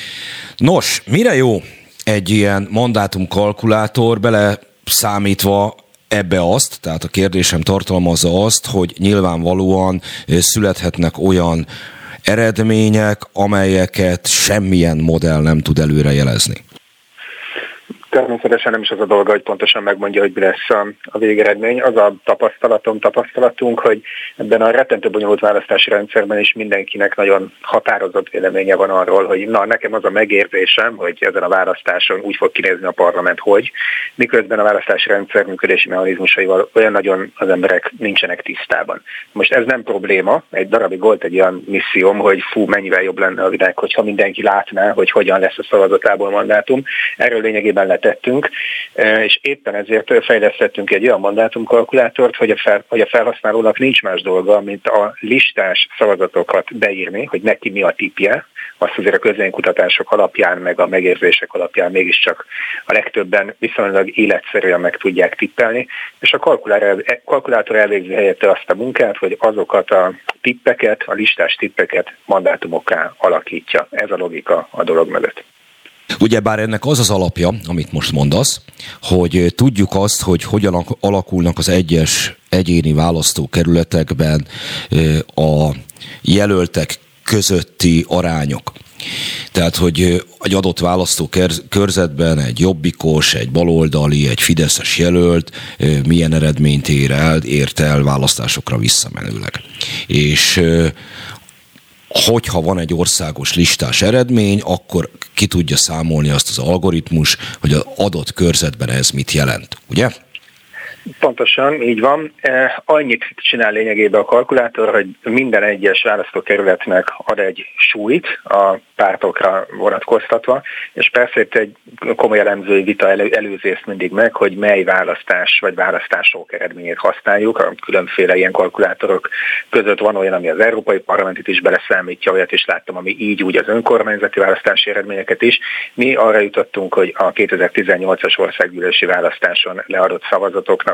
Nos, mire jó egy ilyen mandátumkalkulátor, bele számítva ebbe azt, tehát a kérdésem tartalmazza azt, hogy nyilvánvalóan születhetnek olyan eredmények, amelyeket semmilyen modell nem tud előrejelezni. Természetesen nem is az a dolga, hogy pontosan megmondja, hogy mi lesz a végeredmény. Az a tapasztalatunk, hogy ebben a rettentő bonyolult választási rendszerben is mindenkinek nagyon határozott véleménye van arról, hogy nekem az a megérzésem, hogy ezen a választáson úgy fog kinézni a parlament, hogy miközben a választási rendszer működési mechanizmusaival olyan nagyon az emberek nincsenek tisztában. Most ez nem probléma, egy darabig volt egy olyan misszióm, hogy mennyivel jobb lenne a világ, hogyha mindenki látná, hogy hogyan lesz a szavazatából mandátum. Erről lényegében letettünk, és éppen ezért fejlesztettünk egy olyan mandátumkalkulátort, hogy a felhasználónak nincs más dolga, mint a listás szavazatokat beírni, hogy neki mi a tippje. Azt azért a közvéleménykutatások alapján, meg a megérzések alapján mégiscsak a legtöbben viszonylag életszerűen meg tudják tippelni, és a kalkulátor elvégzi helyette azt a munkát, hogy azokat a tippeket, a listás tippeket mandátumokká alakítja. Ez a logika a dolog mögött. Ugyebár ennek az az alapja, amit most mondasz, hogy tudjuk azt, hogy hogyan alakulnak az egyes egyéni választókerületekben a jelöltek közötti arányok. Tehát, hogy egy adott választókörzetben egy jobbikos, egy baloldali, egy fideszes jelölt milyen eredményt ért el választásokra visszamenőleg. És hogyha van egy országos listás eredmény, akkor ki tudja számolni azt az algoritmus, hogy az adott körzetben ez mit jelent, ugye? Pontosan, így van. Annyit csinál lényegében a kalkulátor, hogy minden egyes választókerületnek ad egy súlyt a pártokra vonatkoztatva, és persze itt egy komoly elemzői vita előzi ezt mindig meg, hogy mely választás vagy választások eredményét használjuk. A különféle ilyen kalkulátorok között van olyan, ami az Európai Parlamentit is beleszámítja, olyat is láttam, ami így úgy az önkormányzati választási eredményeket is. Mi arra jutottunk, hogy a 2018-as országgyűlési választáson leadott szavazatoknak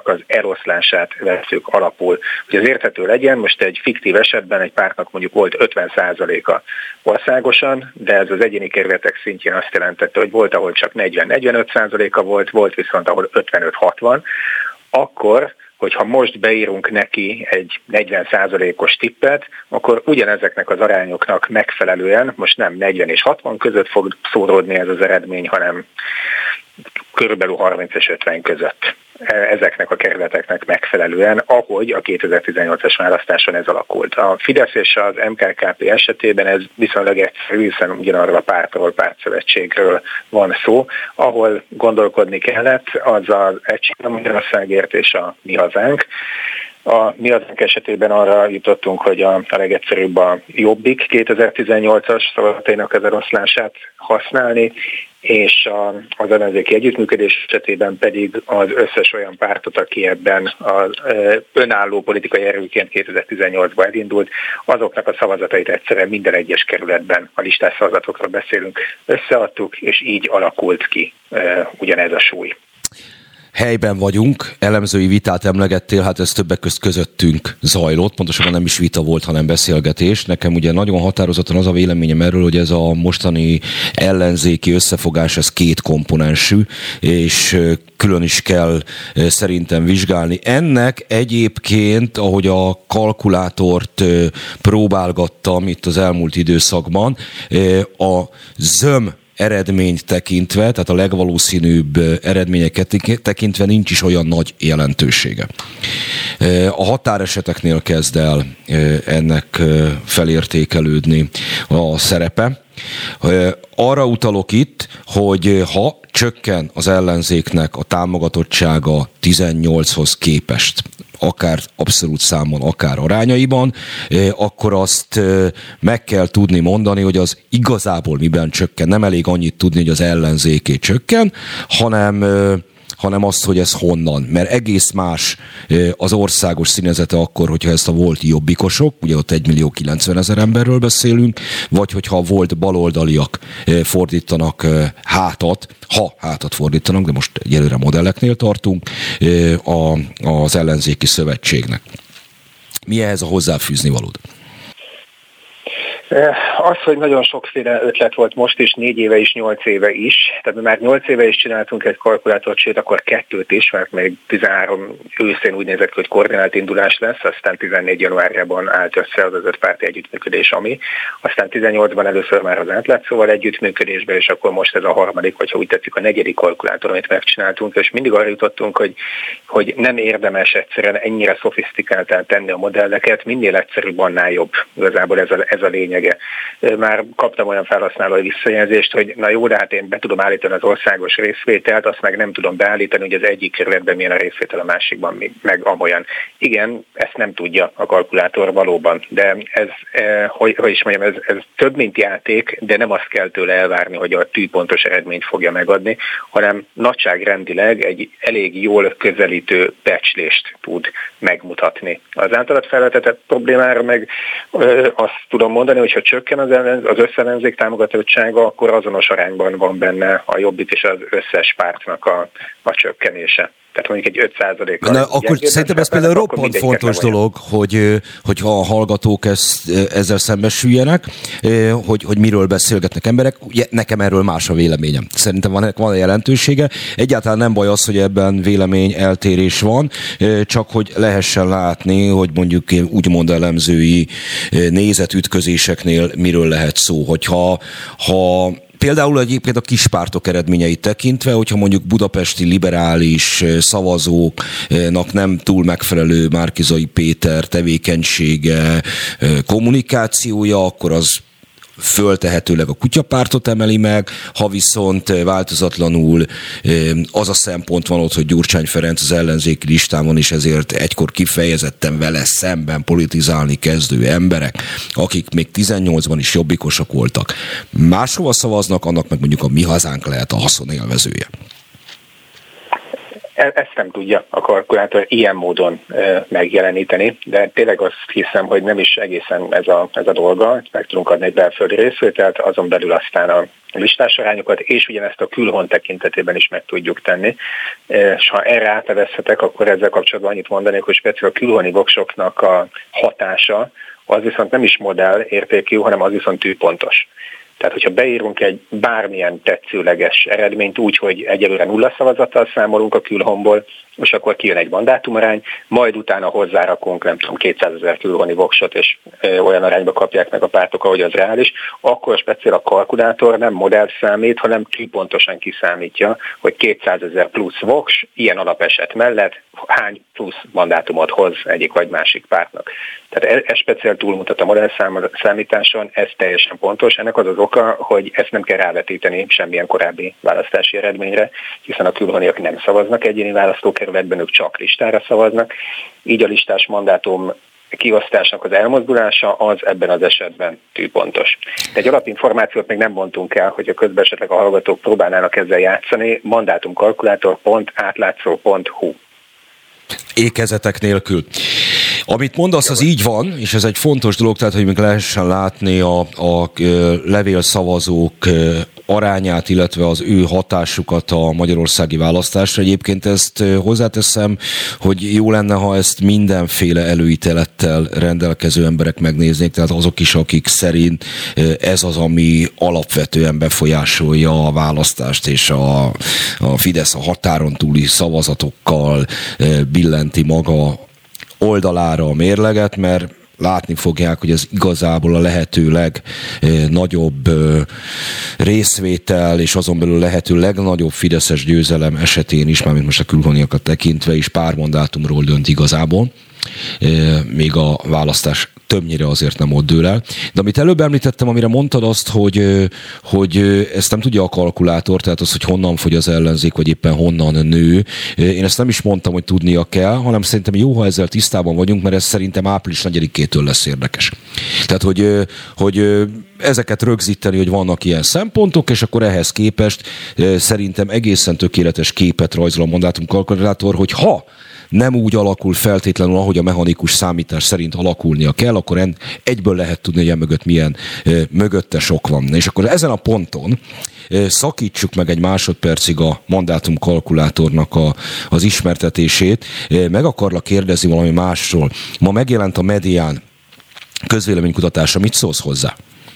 szavazatoknak az eloszlását vesszük alapul. Hogy az érthető legyen, most egy fiktív esetben egy pártnak mondjuk volt 50%-a országosan, de ez az egyéni kerületek szintjén azt jelentette, hogy volt, ahol csak 40-45%-a volt viszont ahol 55-60, akkor, hogyha most beírunk neki egy 40%-os tippet, akkor ugyanezeknek az arányoknak megfelelően, most nem 40 és 60 között fog szóródni ez az eredmény, hanem körülbelül 30 és 50 között. Ezeknek a kerületeknek megfelelően, ahogy a 2018-as választáson ez alakult. A Fidesz és az MKKP esetében ez viszonylag egyszerű, hiszen ugyanarról a pártról, pártszövetségről van szó. Ahol gondolkodni kellett, az az Egység a Magyarországért és a Mi Hazánk. A Mi Hazánk esetében arra jutottunk, hogy a legegyszerűbb a Jobbik 2018-as szavazatainak az eloszlását használni, és az ellenzéki együttműködés esetében pedig az összes olyan pártot, aki ebben az önálló politikai erőként 2018-ban elindult, azoknak a szavazatait egyszerűen minden egyes kerületben, a listás szavazatokról beszélünk, összeadtuk, és így alakult ki ugyanez a súly. Helyben vagyunk, elemzői vitát emlegettél, hát ez többek közöttünk zajlott, pontosabban nem is vita volt, hanem beszélgetés. Nekem ugye nagyon határozottan az a véleményem erről, hogy ez a mostani ellenzéki összefogás, ez két komponensű, és külön is kell szerintem vizsgálni. Ennek egyébként, ahogy a kalkulátort próbálgattam itt az elmúlt időszakban, a zöm eredményt tekintve, tehát a legvalószínűbb eredményeket tekintve nincs is olyan nagy jelentősége. A határeseteknél kezd el ennek felértékelődni a szerepe. Arra utalok itt, hogy ha csökken az ellenzéknek a támogatottsága 18-hoz képest, akár abszolút számon, akár arányaiban, akkor azt meg kell tudni mondani, hogy az igazából miben csökken. Nem elég annyit tudni, hogy az ellenzéké csökken, hanem azt, hogy ez honnan. Mert egész más az országos színezete akkor, hogyha ezt a volt jobbikosok, ugye ott 1.090.000 emberről beszélünk, vagy hogyha a volt baloldaliak fordítanak ha hátat fordítanak, de most egyelőre modelleknél tartunk, az ellenzéki szövetségnek. Mi ehhez a hozzáfűzni valód? Az, hogy nagyon sokféle ötlet volt most is, 4 éve is, 8 éve is. Tehát már 8 éve is csináltunk egy kalkulátort, sőt akkor 2 is, mert még 13 őszén úgy nézett, hogy koordinált indulás lesz, aztán 14 januárjában állt össze az 5 párti együttműködés, aztán 18-ban először már az átlátszóval együttműködésben, és akkor most ez a harmadik, vagy ha úgy tetszik, a 4. kalkulátor, amit megcsináltunk, és mindig arra jutottunk, hogy nem érdemes egyszerűen ennyire szofisztikáltan tenni a modelleket, minél egyszerűbb, annál jobb. Igazából ez a lényeg. Már kaptam olyan felhasználói visszajelzést, hogy na jó, de hát én be tudom állítani az országos részvételt, azt meg nem tudom beállítani, hogy az egyik kerületben milyen a részvétel, a másikban meg amolyan. Igen, ezt nem tudja a kalkulátor valóban, de ez, ez több, mint játék, de nem azt kell tőle elvárni, hogy a tűpontos eredményt fogja megadni, hanem nagyságrendileg egy elég jól közelítő becslést tud megmutatni. Az általad felvetett problémára meg azt tudom mondani, hogy ha csökken az összellenzék támogatottsága, akkor azonos arányban van benne a Jobbik és az összes pártnak a csökkenése. Tehát mondjuk egy 5%-kal. Na, akkor szerintem ez például roppant fontos dolog, hogyha a hallgatók ezzel szembesüljenek, hogy miről beszélgetnek emberek. Ugye, nekem erről más a véleményem. Szerintem van a jelentősége. Egyáltalán nem baj az, hogy ebben vélemény eltérés van, csak hogy lehessen látni, hogy mondjuk úgymond elemzői nézetütközéseknél miről lehet szó. Hogyha például egyébként a kispártok eredményeit tekintve, hogyha mondjuk budapesti liberális szavazóknak nem túl megfelelő Márki-Zay Péter tevékenysége, kommunikációja, akkor az föltehetőleg a kutyapártot emeli meg, ha viszont változatlanul az a szempont van ott, hogy Gyurcsány Ferenc az ellenzéki listán van, és ezért egykor kifejezetten vele szemben politizálni kezdő emberek, akik még 18-ban is jobbikosok voltak, máshova szavaznak, annak meg mondjuk a Mi Hazánk lehet a haszonélvezője. ezt nem tudja a kalkulátor ilyen módon megjeleníteni, de tényleg azt hiszem, hogy nem is egészen ez a dolga, meg tudunk adni egy belföldi részvételt, azon belül aztán a listás arányokat, és ugyanezt a külhon tekintetében is meg tudjuk tenni. És ha erre átnevezhetek, akkor ezzel kapcsolatban annyit mondanék, hogy speciál a külhoni voksoknak a hatása, az viszont nem is modell értékű, hanem az viszont tűpontos. Tehát, hogyha beírunk egy bármilyen tetszőleges eredményt úgy, hogy egyelőre 0 szavazattal számolunk a külhonból, és akkor kijön egy mandátumarány, majd utána hozzárakunk, nem tudom, 200 000 külhoni voksot, és olyan arányba kapják meg a pártok, ahogy az reális, akkor speciál a kalkulátor nem modell számít, hanem pontosan kiszámítja, hogy 200 000 plusz voks ilyen alapeset mellett hány plusz mandátumot hoz egyik vagy másik pártnak. Tehát ez speciál túlmutat a modell számításon, ez teljesen pontos. Ennek az az oka, hogy ezt nem kell rávetíteni semmilyen korábbi választási eredményre, hiszen a külhoniak nem szavaznak egyéni választókerületben, ők csak listára szavaznak. Így a listás mandátum kiosztásnak az elmozdulása az ebben az esetben tűpontos. De egy alapinformációt még nem mondtunk el, hogy a közben esetleg a hallgatók próbálnának ezzel játszani. mandátumkalkulátor.átlátszó.hu. Ékezetek nélkül. Amit mondasz, az így van, és ez egy fontos dolog, tehát, hogy még lehessen látni a levélszavazók arányát, illetve az ő hatásukat a magyarországi választásra. Egyébként ezt hozzáteszem, hogy jó lenne, ha ezt mindenféle előítélettel rendelkező emberek megnéznék, tehát azok is, akik szerint ez az, ami alapvetően befolyásolja a választást, és a Fidesz a határon túli szavazatokkal billenti maga oldalára a mérleget, mert látni fogják, hogy ez igazából a lehető legnagyobb részvétel, és azon belül lehető legnagyobb fideszes győzelem esetén is, mármint most a külhoniakat tekintve is pár mandátumról dönt igazából. Még a választás többnyire azért nem ott dől el. De amit előbb említettem, amire mondtad azt, hogy ezt nem tudja a kalkulátor, tehát az, hogy honnan fogy az ellenzék, vagy éppen honnan nő. Én ezt nem is mondtam, hogy tudnia kell, hanem szerintem jó, ha ezzel tisztában vagyunk, mert ez szerintem április 4-től lesz érdekes. Tehát, hogy ezeket rögzíteni, hogy vannak ilyen szempontok, és akkor ehhez képest szerintem egészen tökéletes képet rajzol a mandátumkalkulátor, hogy ha nem úgy alakul feltétlenül, ahogy a mechanikus számítás szerint alakulnia kell, akkor egyből lehet tudni, hogy mögött milyen mögöttes ok van. És akkor ezen a ponton szakítsuk meg egy másodpercig a mandátumkalkulátornak az ismertetését. Meg akarlak kérdezni valami másról. Ma megjelent a Medián közvéleménykutatása. Mit szólsz hozzá?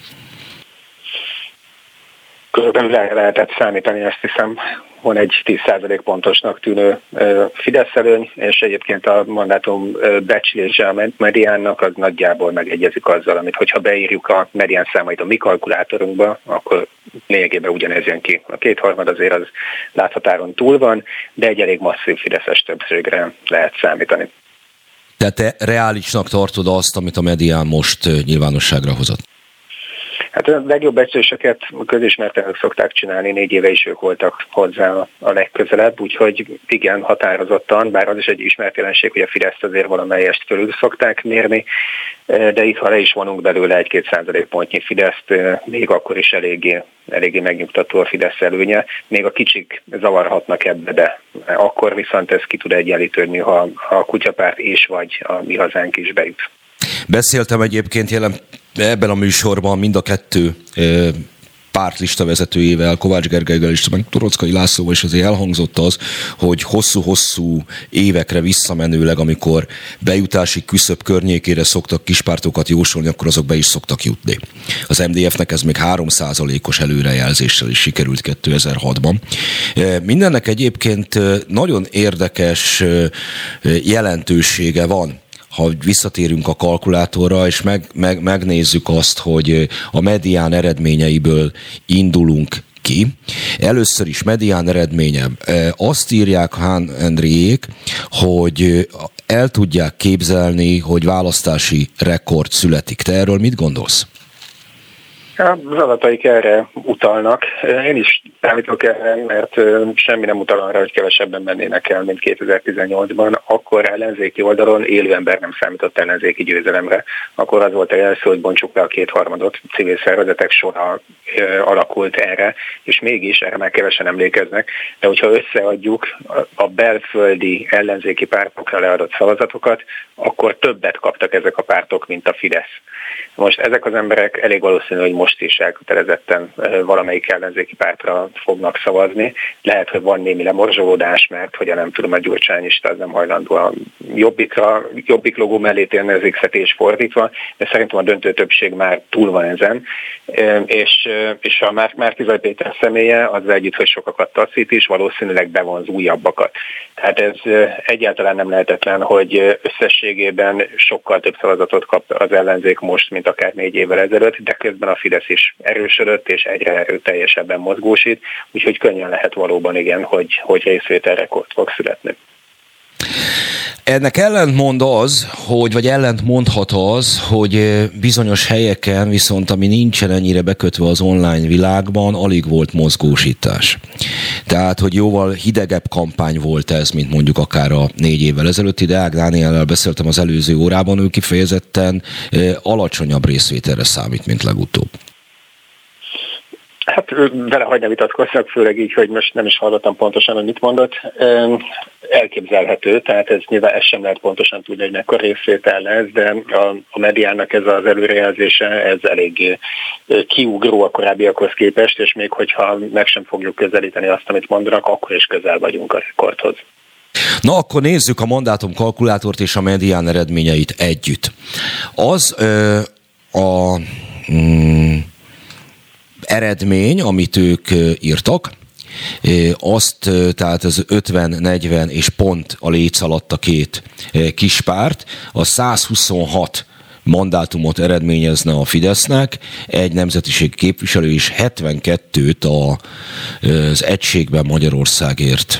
Közben lehetett számítani, azt hiszem, van egy 10% pontosnak tűnő Fidesz előny, és egyébként a mandátum becslése a Mediánnak az nagyjából megegyezik azzal, amit hogyha beírjuk a Medián számait a mi kalkulátorunkba, akkor lényegében ugyanez jön ki. A 2/3 azért az láthatáron túl van, de egy elég masszív fideszes többségre lehet számítani. Tehát te reálisnak tartod azt, amit a Medián most nyilvánosságra hozott? Hát a legjobb becsléseket közismertenek szokták csinálni, 4 éve is ők voltak hozzá a legközelebb, úgyhogy igen, határozottan, bár az is egy ismert jelenség, hogy a Fideszt azért valamelyest fölül szokták mérni, de itt ha le is vonunk belőle 1-2 pontnyi Fideszt, még akkor is eléggé megnyugtató a Fidesz előnye. Még a kicsik zavarhatnak ebbe, de akkor viszont ez ki tud egyenlítődni, ha a Kutyapárt és vagy a Mi Hazánk is bejut. Beszéltem egyébként ebben a műsorban mind a kettő pártlista vezetőjével, Kovács Gergellyel és meg Torockai Lászlóval, és azért elhangzott az, hogy hosszú-hosszú évekre visszamenőleg, amikor bejutási küszöb környékére szoktak kispártokat jósolni, akkor azok be is szoktak jutni. Az MDF-nek ez még 3%-os előrejelzéssel is sikerült 2006-ban. Mindennek egyébként nagyon érdekes jelentősége van, ha visszatérünk a kalkulátorra, és megnézzük azt, hogy a Medián eredményeiből indulunk ki. Először is Medián eredménye. Azt írják Hán Endriék, hogy el tudják képzelni, hogy választási rekord születik. Te erről mit gondolsz? Az adataik erre utalnak. Én is számítok erre, mert semmi nem utal arra, hogy kevesebben mennének el, mint 2018-ban. Akkor ellenzéki oldalon élő ember nem számított ellenzéki győzelemre. Akkor az volt a jelszó, hogy bontsuk le a kétharmadot. Civil szervezetek sora alakult erre, és mégis erre már kevesen emlékeznek. De hogyha összeadjuk a belföldi ellenzéki pártokra leadott szavazatokat, akkor többet kaptak ezek a pártok, mint a Fidesz. Most ezek az emberek elég valószínű, hogy most is elkötelezetten valamelyik ellenzéki pártra fognak szavazni. Lehet, hogy van némi lemorzsolódás, mert hogy nem tudom, a gyurcsányista az nem hajlandó a Jobbik logó mellé tenni az X-et és fordítva, de szerintem a döntő többség már túl van ezen. És a Márki-Zay Péter személye az együtt, hogy sokakat taszít is, valószínűleg bevonz újabbakat. Tehát ez egyáltalán nem lehetetlen, hogy összességében sokkal több szavazatot kap az ellenzék most, mint akár 4 évvel ezelőtt, de közben a Fidesz is erősödött, és egyre erőteljesebben mozgósít, úgyhogy könnyen lehet valóban igen, hogy részvételrekord fog születni. Ennek ellentmond az, vagy ellentmondhat az, hogy bizonyos helyeken viszont, ami nincsen ennyire bekötve az online világban, alig volt mozgósítás. Tehát, hogy jóval hidegebb kampány volt ez, mint mondjuk akár a 4 évvel ezelőtti, de Deák Dániellel beszéltem az előző órában, ő kifejezetten alacsonyabb részvételre számít, mint legutóbb. Hát vele hagyna vitatkozzak, főleg így, hogy most nem is hallottam pontosan, hogy mit mondott. Elképzelhető, tehát ez nyilván ezt sem lehet pontosan tudni, hogy mekkora részvétel lesz, de a mediának ez az előrejelzése, ez elég kiugró a korábbiakhoz képest, és még hogyha meg sem fogjuk közelíteni azt, amit mondanak, akkor is közel vagyunk a rekordhoz. Na, akkor nézzük a mandátumkalkulátort és a medián eredményeit együtt. Az eredmény, amit ők írtak, azt, tehát az 50-40 és pont a léc alatt a két kispárt, a 126 mandátumot eredményezne a Fidesznek, egy nemzetiség képviselő és 72-t az Egységben Magyarországért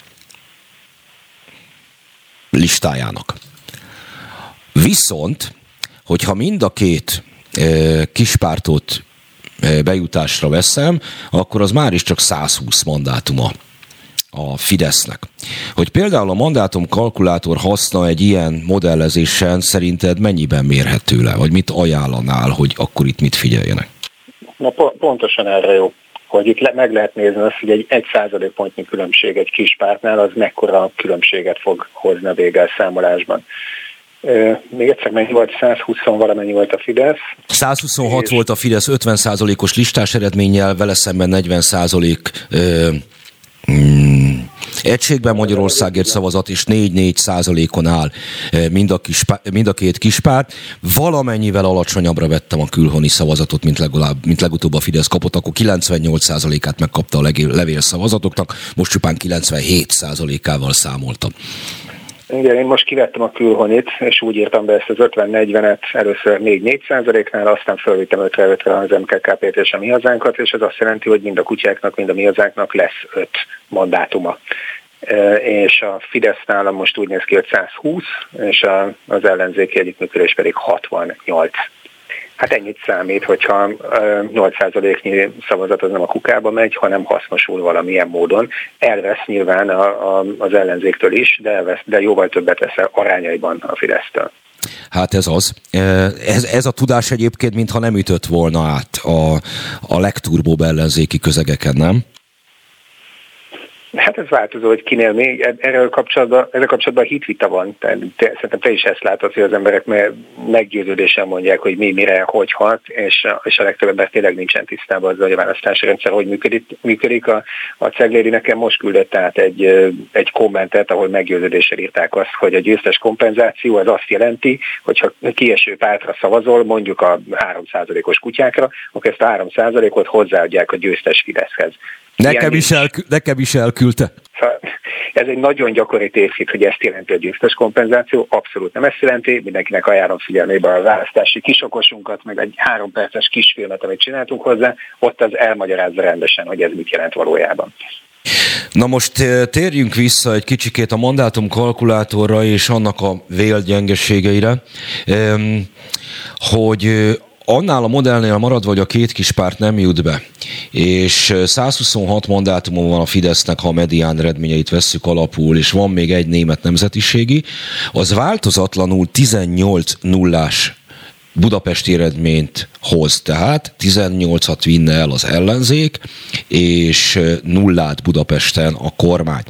listájának. Viszont, hogyha mind a két kispártot bejutásra veszem, akkor az már is csak 120 mandátuma a Fidesznek. Hogy például a mandátumkalkulátor haszna egy ilyen modellezésen szerinted mennyiben mérhető le? Vagy mit ajánlanál, hogy akkor itt mit figyeljenek? Na pontosan erre jó, hogy itt meg lehet nézni azt, hogy egy 1%-pontnyi különbség egy kis pártnál az mekkora különbséget fog hozni a végelszámolásban. Még egyszer mennyi volt? 120 valamennyi volt a Fidesz. 126 volt a Fidesz 50%-os listás eredménnyel, vele szemben 40% Egységben Magyarországért szavazat, és 4-4%-on áll mind a két kispárt. Valamennyivel alacsonyabbra vettem a külhoni szavazatot, mint legutóbb a Fidesz kapott, akkor 98%-át megkapta a levél szavazatoknak, most csupán 97%-ával számoltam. Igen, én most kivettem a külhonit, és úgy írtam be ezt az 50-40-et először 4-4%-nál, aztán fölvittem 5-5-re az MKKP-t és a Mi Hazánkat, és ez azt jelenti, hogy mind a kutyáknak, mind a Mi Hazánknak lesz 5 mandátuma. És a Fidesz nálam most úgy néz ki, hogy 120, és az ellenzéki együttműködés pedig 68. Hát ennyit számít, hogyha 8%-nyi szavazat az nem a kukába megy, hanem hasznosul valamilyen módon. Elvesz nyilván az ellenzéktől is, de jóval többet vesz arányaiban a Fidesztől. Hát ez az. Ez a tudás egyébként, mintha nem ütött volna át a legturbóbb ellenzéki közegeken, nem? Hát ez változó, hogy kinél még. Ezzel kapcsolatban hitvita van. Szerintem te is ezt látod, hogy az emberek meggyőződéssel mondják, hogy mi mire, hogy hat, és a legtöbb ember tényleg nincsen tisztában azzal, hogy a választási rendszer hogy működik. A Ceglédi nekem most küldött át egy kommentet, ahol meggyőződéssel írták azt, hogy a győztes kompenzáció az azt jelenti, hogyha kieső pártra szavazol, mondjuk a 3%-os kutyákra, akkor ezt a 3%-ot hozzáadják a győztes Fideszhez. Nekem is elküldte. Ez egy nagyon gyakori tévhit, hogy ezt jelenti a győztes kompenzáció. Abszolút nem ezt jelenti. Mindenkinek ajánlom figyelmébe a választási kisokosunkat, meg egy 3 perces kisfilmet, amit csináltunk hozzá. Ott az elmagyarázza rendesen, hogy ez mit jelent valójában. Na most térjünk vissza egy kicsikét a mandátumkalkulátorra és annak a vélt gyengeségeire, hogy annál a modellnél maradva, hogy a két kis párt nem jut be, és 126 mandátumon van a Fidesznek, ha a medián eredményeit vesszük alapul, és van még egy német nemzetiségi, az változatlanul 18-0-ás budapesti eredményt hoz, tehát 18-at vinne el az ellenzék, és 0-át Budapesten a kormány.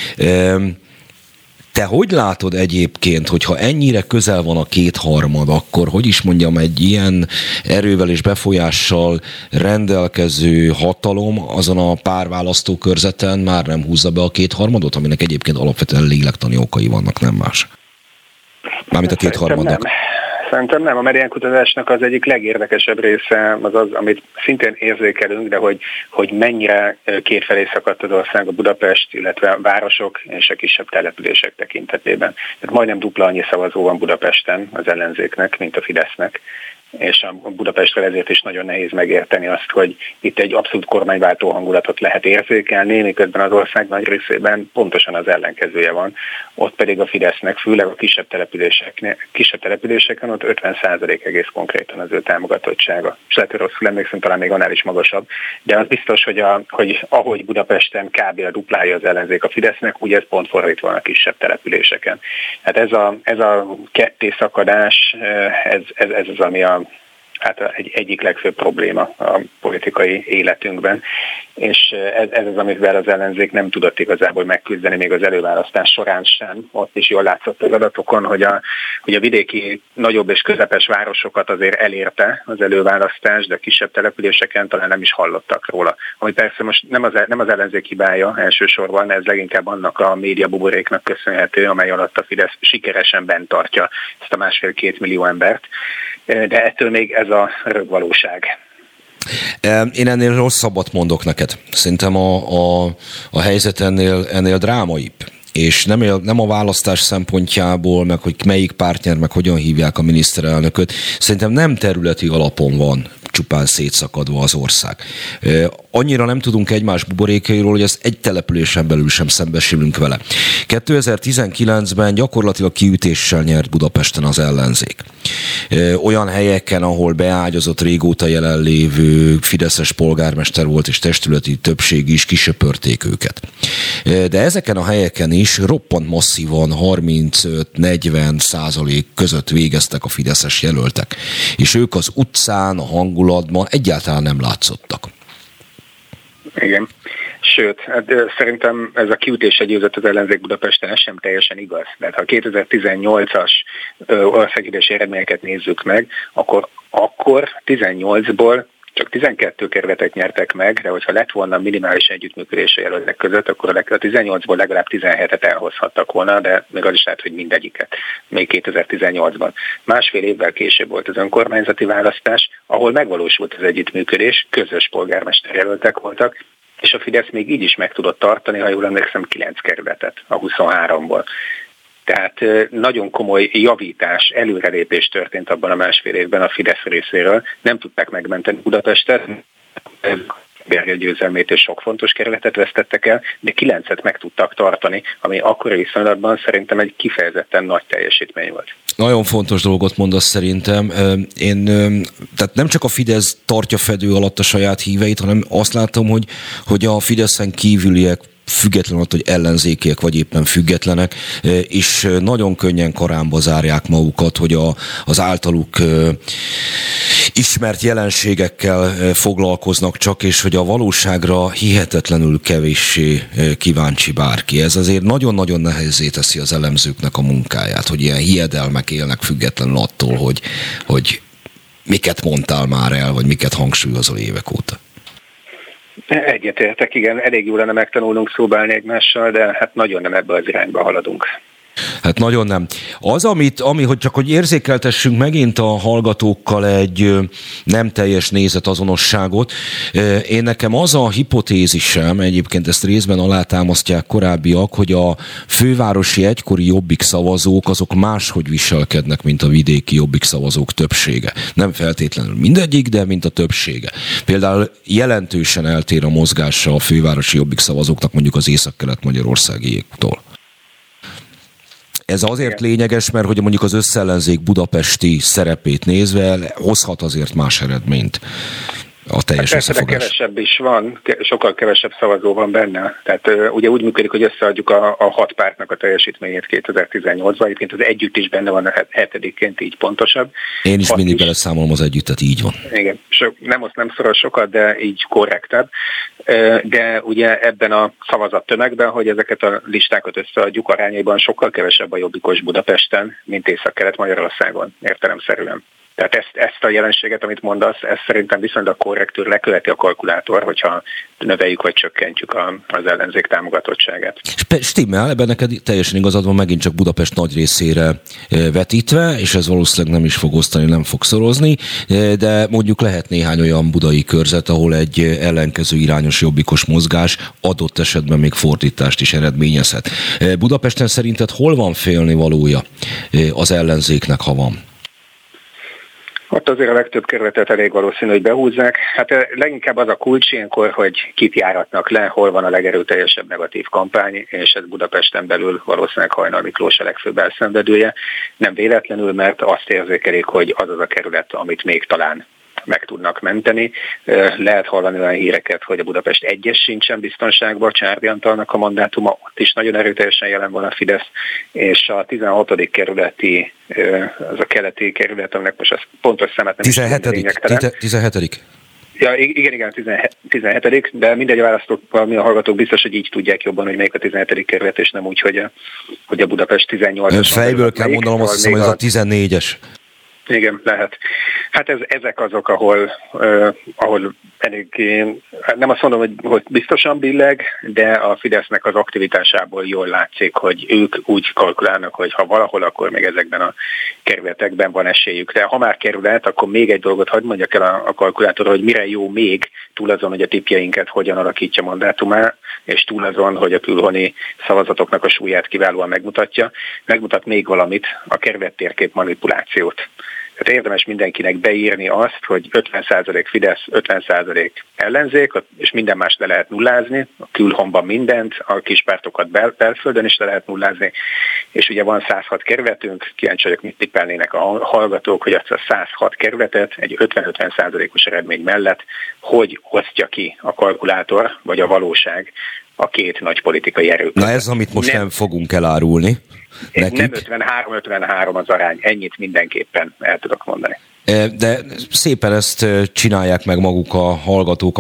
Te hogy látod egyébként, hogyha ennyire közel van a kétharmad, akkor hogy is mondjam, egy ilyen erővel és befolyással rendelkező hatalom azon a pár választókörzeten már nem húzza be a kétharmadot, aminek egyébként alapvetően lélektani okai vannak, nem más? Mármint a kétharmadnak. Szerintem nem. A mediánkutatásnak az egyik legérdekesebb része az, amit szintén érzékelünk, de hogy mennyire kétfelé szakadt az ország a Budapest, illetve a városok és a kisebb települések tekintetében. Tehát majdnem dupla annyi szavazó van Budapesten az ellenzéknek, mint a Fidesznek. És a Budapestről ezért is nagyon nehéz megérteni azt, hogy itt egy abszolút kormányváltó hangulatot lehet érzékelni, miközben az ország nagy részében pontosan az ellenkezője van. Ott pedig a Fidesznek, főleg a kisebb településeken ott 50% egész konkrétan az ő támogatottsága. És lehet, hogy rosszul emlékszem, talán még annál is magasabb, de az biztos, hogy ahogy Budapesten kb. A duplája az ellenzék a Fidesznek, úgy ez pont fordítva van a kisebb településeken. Hát ez a ketté szakadás, ez az, ami egyik legfőbb probléma a politikai életünkben, és ez az, amivel az ellenzék nem tudott igazából megküzdeni még az előválasztás során sem. Ott is jól látszott az adatokon, hogy a vidéki nagyobb és közepes városokat azért elérte az előválasztás, de a kisebb településeken talán nem is hallottak róla. Ami persze most nem az ellenzék hibája elsősorban, ez leginkább annak a média buboréknak köszönhető, amely alatt a Fidesz sikeresen bent tartja ezt a 1,5-2 millió embert. De ettől még ez a rögvalóság. Én ennél rosszabbat mondok neked. Szerintem a helyzet ennél drámaibb. És nem a választás szempontjából, meg hogy melyik párt nyer, meg hogyan hívják a miniszterelnököt. Szerintem nem területi alapon van csupán szétszakadva az ország. Annyira nem tudunk egymás buborékairól, hogy ezt egy településen belül sem szembesülünk vele. 2019-ben gyakorlatilag kiütéssel nyert Budapesten az ellenzék. Olyan helyeken, ahol beágyazott régóta jelenlévő fideszes polgármester volt és testületi többség is, kisöpörték őket. De ezeken a helyeken is roppant masszívan 35-40% között végeztek a fideszes jelöltek. És ők az utcán, a hangulatban egyáltalán nem látszottak. Igen. Sőt, szerintem ez a kiütésre győzött az ellenzék Budapesten, ez sem teljesen igaz. Mert ha a 2018-as országgyűlési eredményeket nézzük meg, akkor 18-ból csak 12 kerületet nyertek meg, de hogyha lett volna minimális együttműködés a jelöltek között, akkor a 18-ból legalább 17-et elhozhattak volna, de még az is lehet, hogy mindegyiket, még 2018-ban. Másfél évvel később volt az önkormányzati választás, ahol megvalósult az együttműködés, közös polgármesterjelöltek voltak, és a Fidesz még így is meg tudott tartani, ha jól emlékszem, 9 kerületet a 23-ból. Tehát nagyon komoly javítás, előrelépés történt abban a másfél évben a Fidesz részéről. Nem tudták megmenteni Budapestet, Gergely győzelmét és sok fontos kerületet vesztettek el, de 9-et meg tudtak tartani, ami akkori viszonylatban szerintem egy kifejezetten nagy teljesítmény volt. Nagyon fontos dolgot mondasz szerintem. Tehát nem csak a Fidesz tartja fedő alatt a saját híveit, hanem azt látom, hogy a Fideszen kívüliek, független attól, hogy ellenzékiek vagy éppen függetlenek, és nagyon könnyen karánba zárják magukat, hogy az általuk ismert jelenségekkel foglalkoznak csak, és hogy a valóságra hihetetlenül kevéssé kíváncsi bárki. Ez azért nagyon-nagyon nehézzé teszi az elemzőknek a munkáját, hogy ilyen hiedelmek élnek függetlenül attól, hogy miket mondtál már el, vagy miket hangsúlyozol évek óta. Egyetértek, igen, elég jól lenne megtanulnunk szóbálni egymással, de hát nagyon nem ebbe az irányba haladunk. Hát nagyon nem. Az, hogy csak hogy érzékeltessünk megint a hallgatókkal egy nem teljes nézetazonosságot, én nekem az a hipotézisem, egyébként ezt részben alátámasztják korábbiak, hogy a fővárosi egykori Jobbik szavazók azok máshogy viselkednek, mint a vidéki Jobbik szavazók többsége. Nem feltétlenül mindegyik, de mint a többsége. Például jelentősen eltér a mozgása a fővárosi Jobbik szavazóknak mondjuk az észak-kelet-magyarországiéktól. Ez azért lényeges, mert hogy mondjuk az összellenzék budapesti szerepét nézve hozhat azért más eredményt a teljes összefogás. Kevesebb is van, sokkal kevesebb szavazó van benne. Tehát ugye úgy működik, hogy összeadjuk a 6 pártnak a teljesítményét 2018-ban. Egyébként az együtt is benne van a 7-ként, így pontosabb. Én is mindig beleszámolom az együttet, így van. Igen, nem szoros sokat, de így korrektebb. De ugye ebben a szavazattömegben, hogy ezeket a listákat összeadjuk, arányaiban sokkal kevesebb a jobbikos Budapesten, mint Észak-Kelet-Magyarországon, értelemszerűen. Tehát ezt a jelenséget, amit mondasz, ez szerintem viszonylag korrektül leköveti a kalkulátor, hogyha növeljük vagy csökkentjük az ellenzék támogatottságát. Stimmel, ebben neked teljesen igazad van, megint csak Budapest nagy részére vetítve, és ez valószínűleg nem is fog osztani, nem fog szorozni, de mondjuk lehet néhány olyan budai körzet, ahol egy ellenkező irányos jobbikos mozgás adott esetben még fordítást is eredményezhet. Budapesten szerinted hol van félnivalója az ellenzéknek, ha van? Ott azért a legtöbb kerületet elég valószínű, hogy behúzzák. Hát leginkább az a kulcs ilyenkor, hogy kit járatnak le, hol van a legerőteljesebb negatív kampány, és ez Budapesten belül valószínűleg Hajnal Miklós a legfőbb elszenvedője. Nem véletlenül, mert azt érzékelik, hogy az az a kerület, amit még talán meg tudnak menteni. Lehet hallani olyan híreket, hogy a Budapest 1-es sincsen biztonságban, Csárdai Antalnak a mandátuma, ott is nagyon erőteljesen jelen van a Fidesz, és a 16. kerületi, az a keleti kerület, aminek most az pontos számát nem 17. Ja, igen, 17. De mindegy, a választók, mi a hallgatók biztos, hogy így tudják jobban, hogy melyik a 17. kerület, és nem úgy, hogy a Budapest 18-as. Fejből kell mondanom, azt hiszem, hogy ez a 14-es. Igen, lehet. Hát ezek azok, ahol elég, nem azt mondom, hogy biztosan billeg, de a Fidesznek az aktivitásából jól látszik, hogy ők úgy kalkulálnak, hogy ha valahol, akkor még ezekben a kerületekben van esélyük. De ha már kerület, akkor még egy dolgot hadd mondjak el a kalkulátorra, hogy mire jó még, túl azon, hogy a tippjeinket hogyan alakítja mandátumá, és túl azon, hogy a külhoni szavazatoknak a súlyát kiválóan megmutat még valamit, a kerülettérkép manipulációt. Tehát érdemes mindenkinek beírni azt, hogy 50% Fidesz, 50% ellenzék, és minden más le lehet nullázni, a külhonban mindent, a kispártokat belföldön is le lehet nullázni, és ugye van 106 kerületünk, kíváncsi vagyok, mit tippelnének a hallgatók, hogy azt a 106 kerületet egy 50-50%-os eredmény mellett hogy osztja ki a kalkulátor, vagy a valóság a két nagy politikai erő. Na ez, amit most nem fogunk elárulni nekik. Nem 53-53 az arány, ennyit mindenképpen el tudok mondani. De szépen ezt csinálják meg maguk a hallgatók a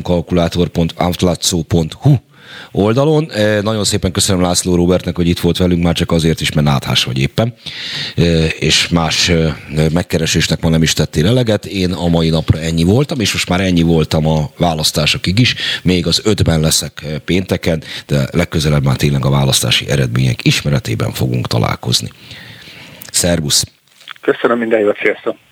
mandatumkalkulátor.outlazzo.hu oldalon. Nagyon szépen köszönöm László Róbertnek, hogy itt volt velünk, már csak azért is, mert náthás vagy éppen, és más megkeresésnek ma nem is tettél eleget. Én a mai napra ennyi voltam, és most már ennyi voltam a választásokig is. Még az 5-ben leszek pénteken, de legközelebb már tényleg a választási eredmények ismeretében fogunk találkozni. Szervusz! Köszönöm, minden jót, sziasztok!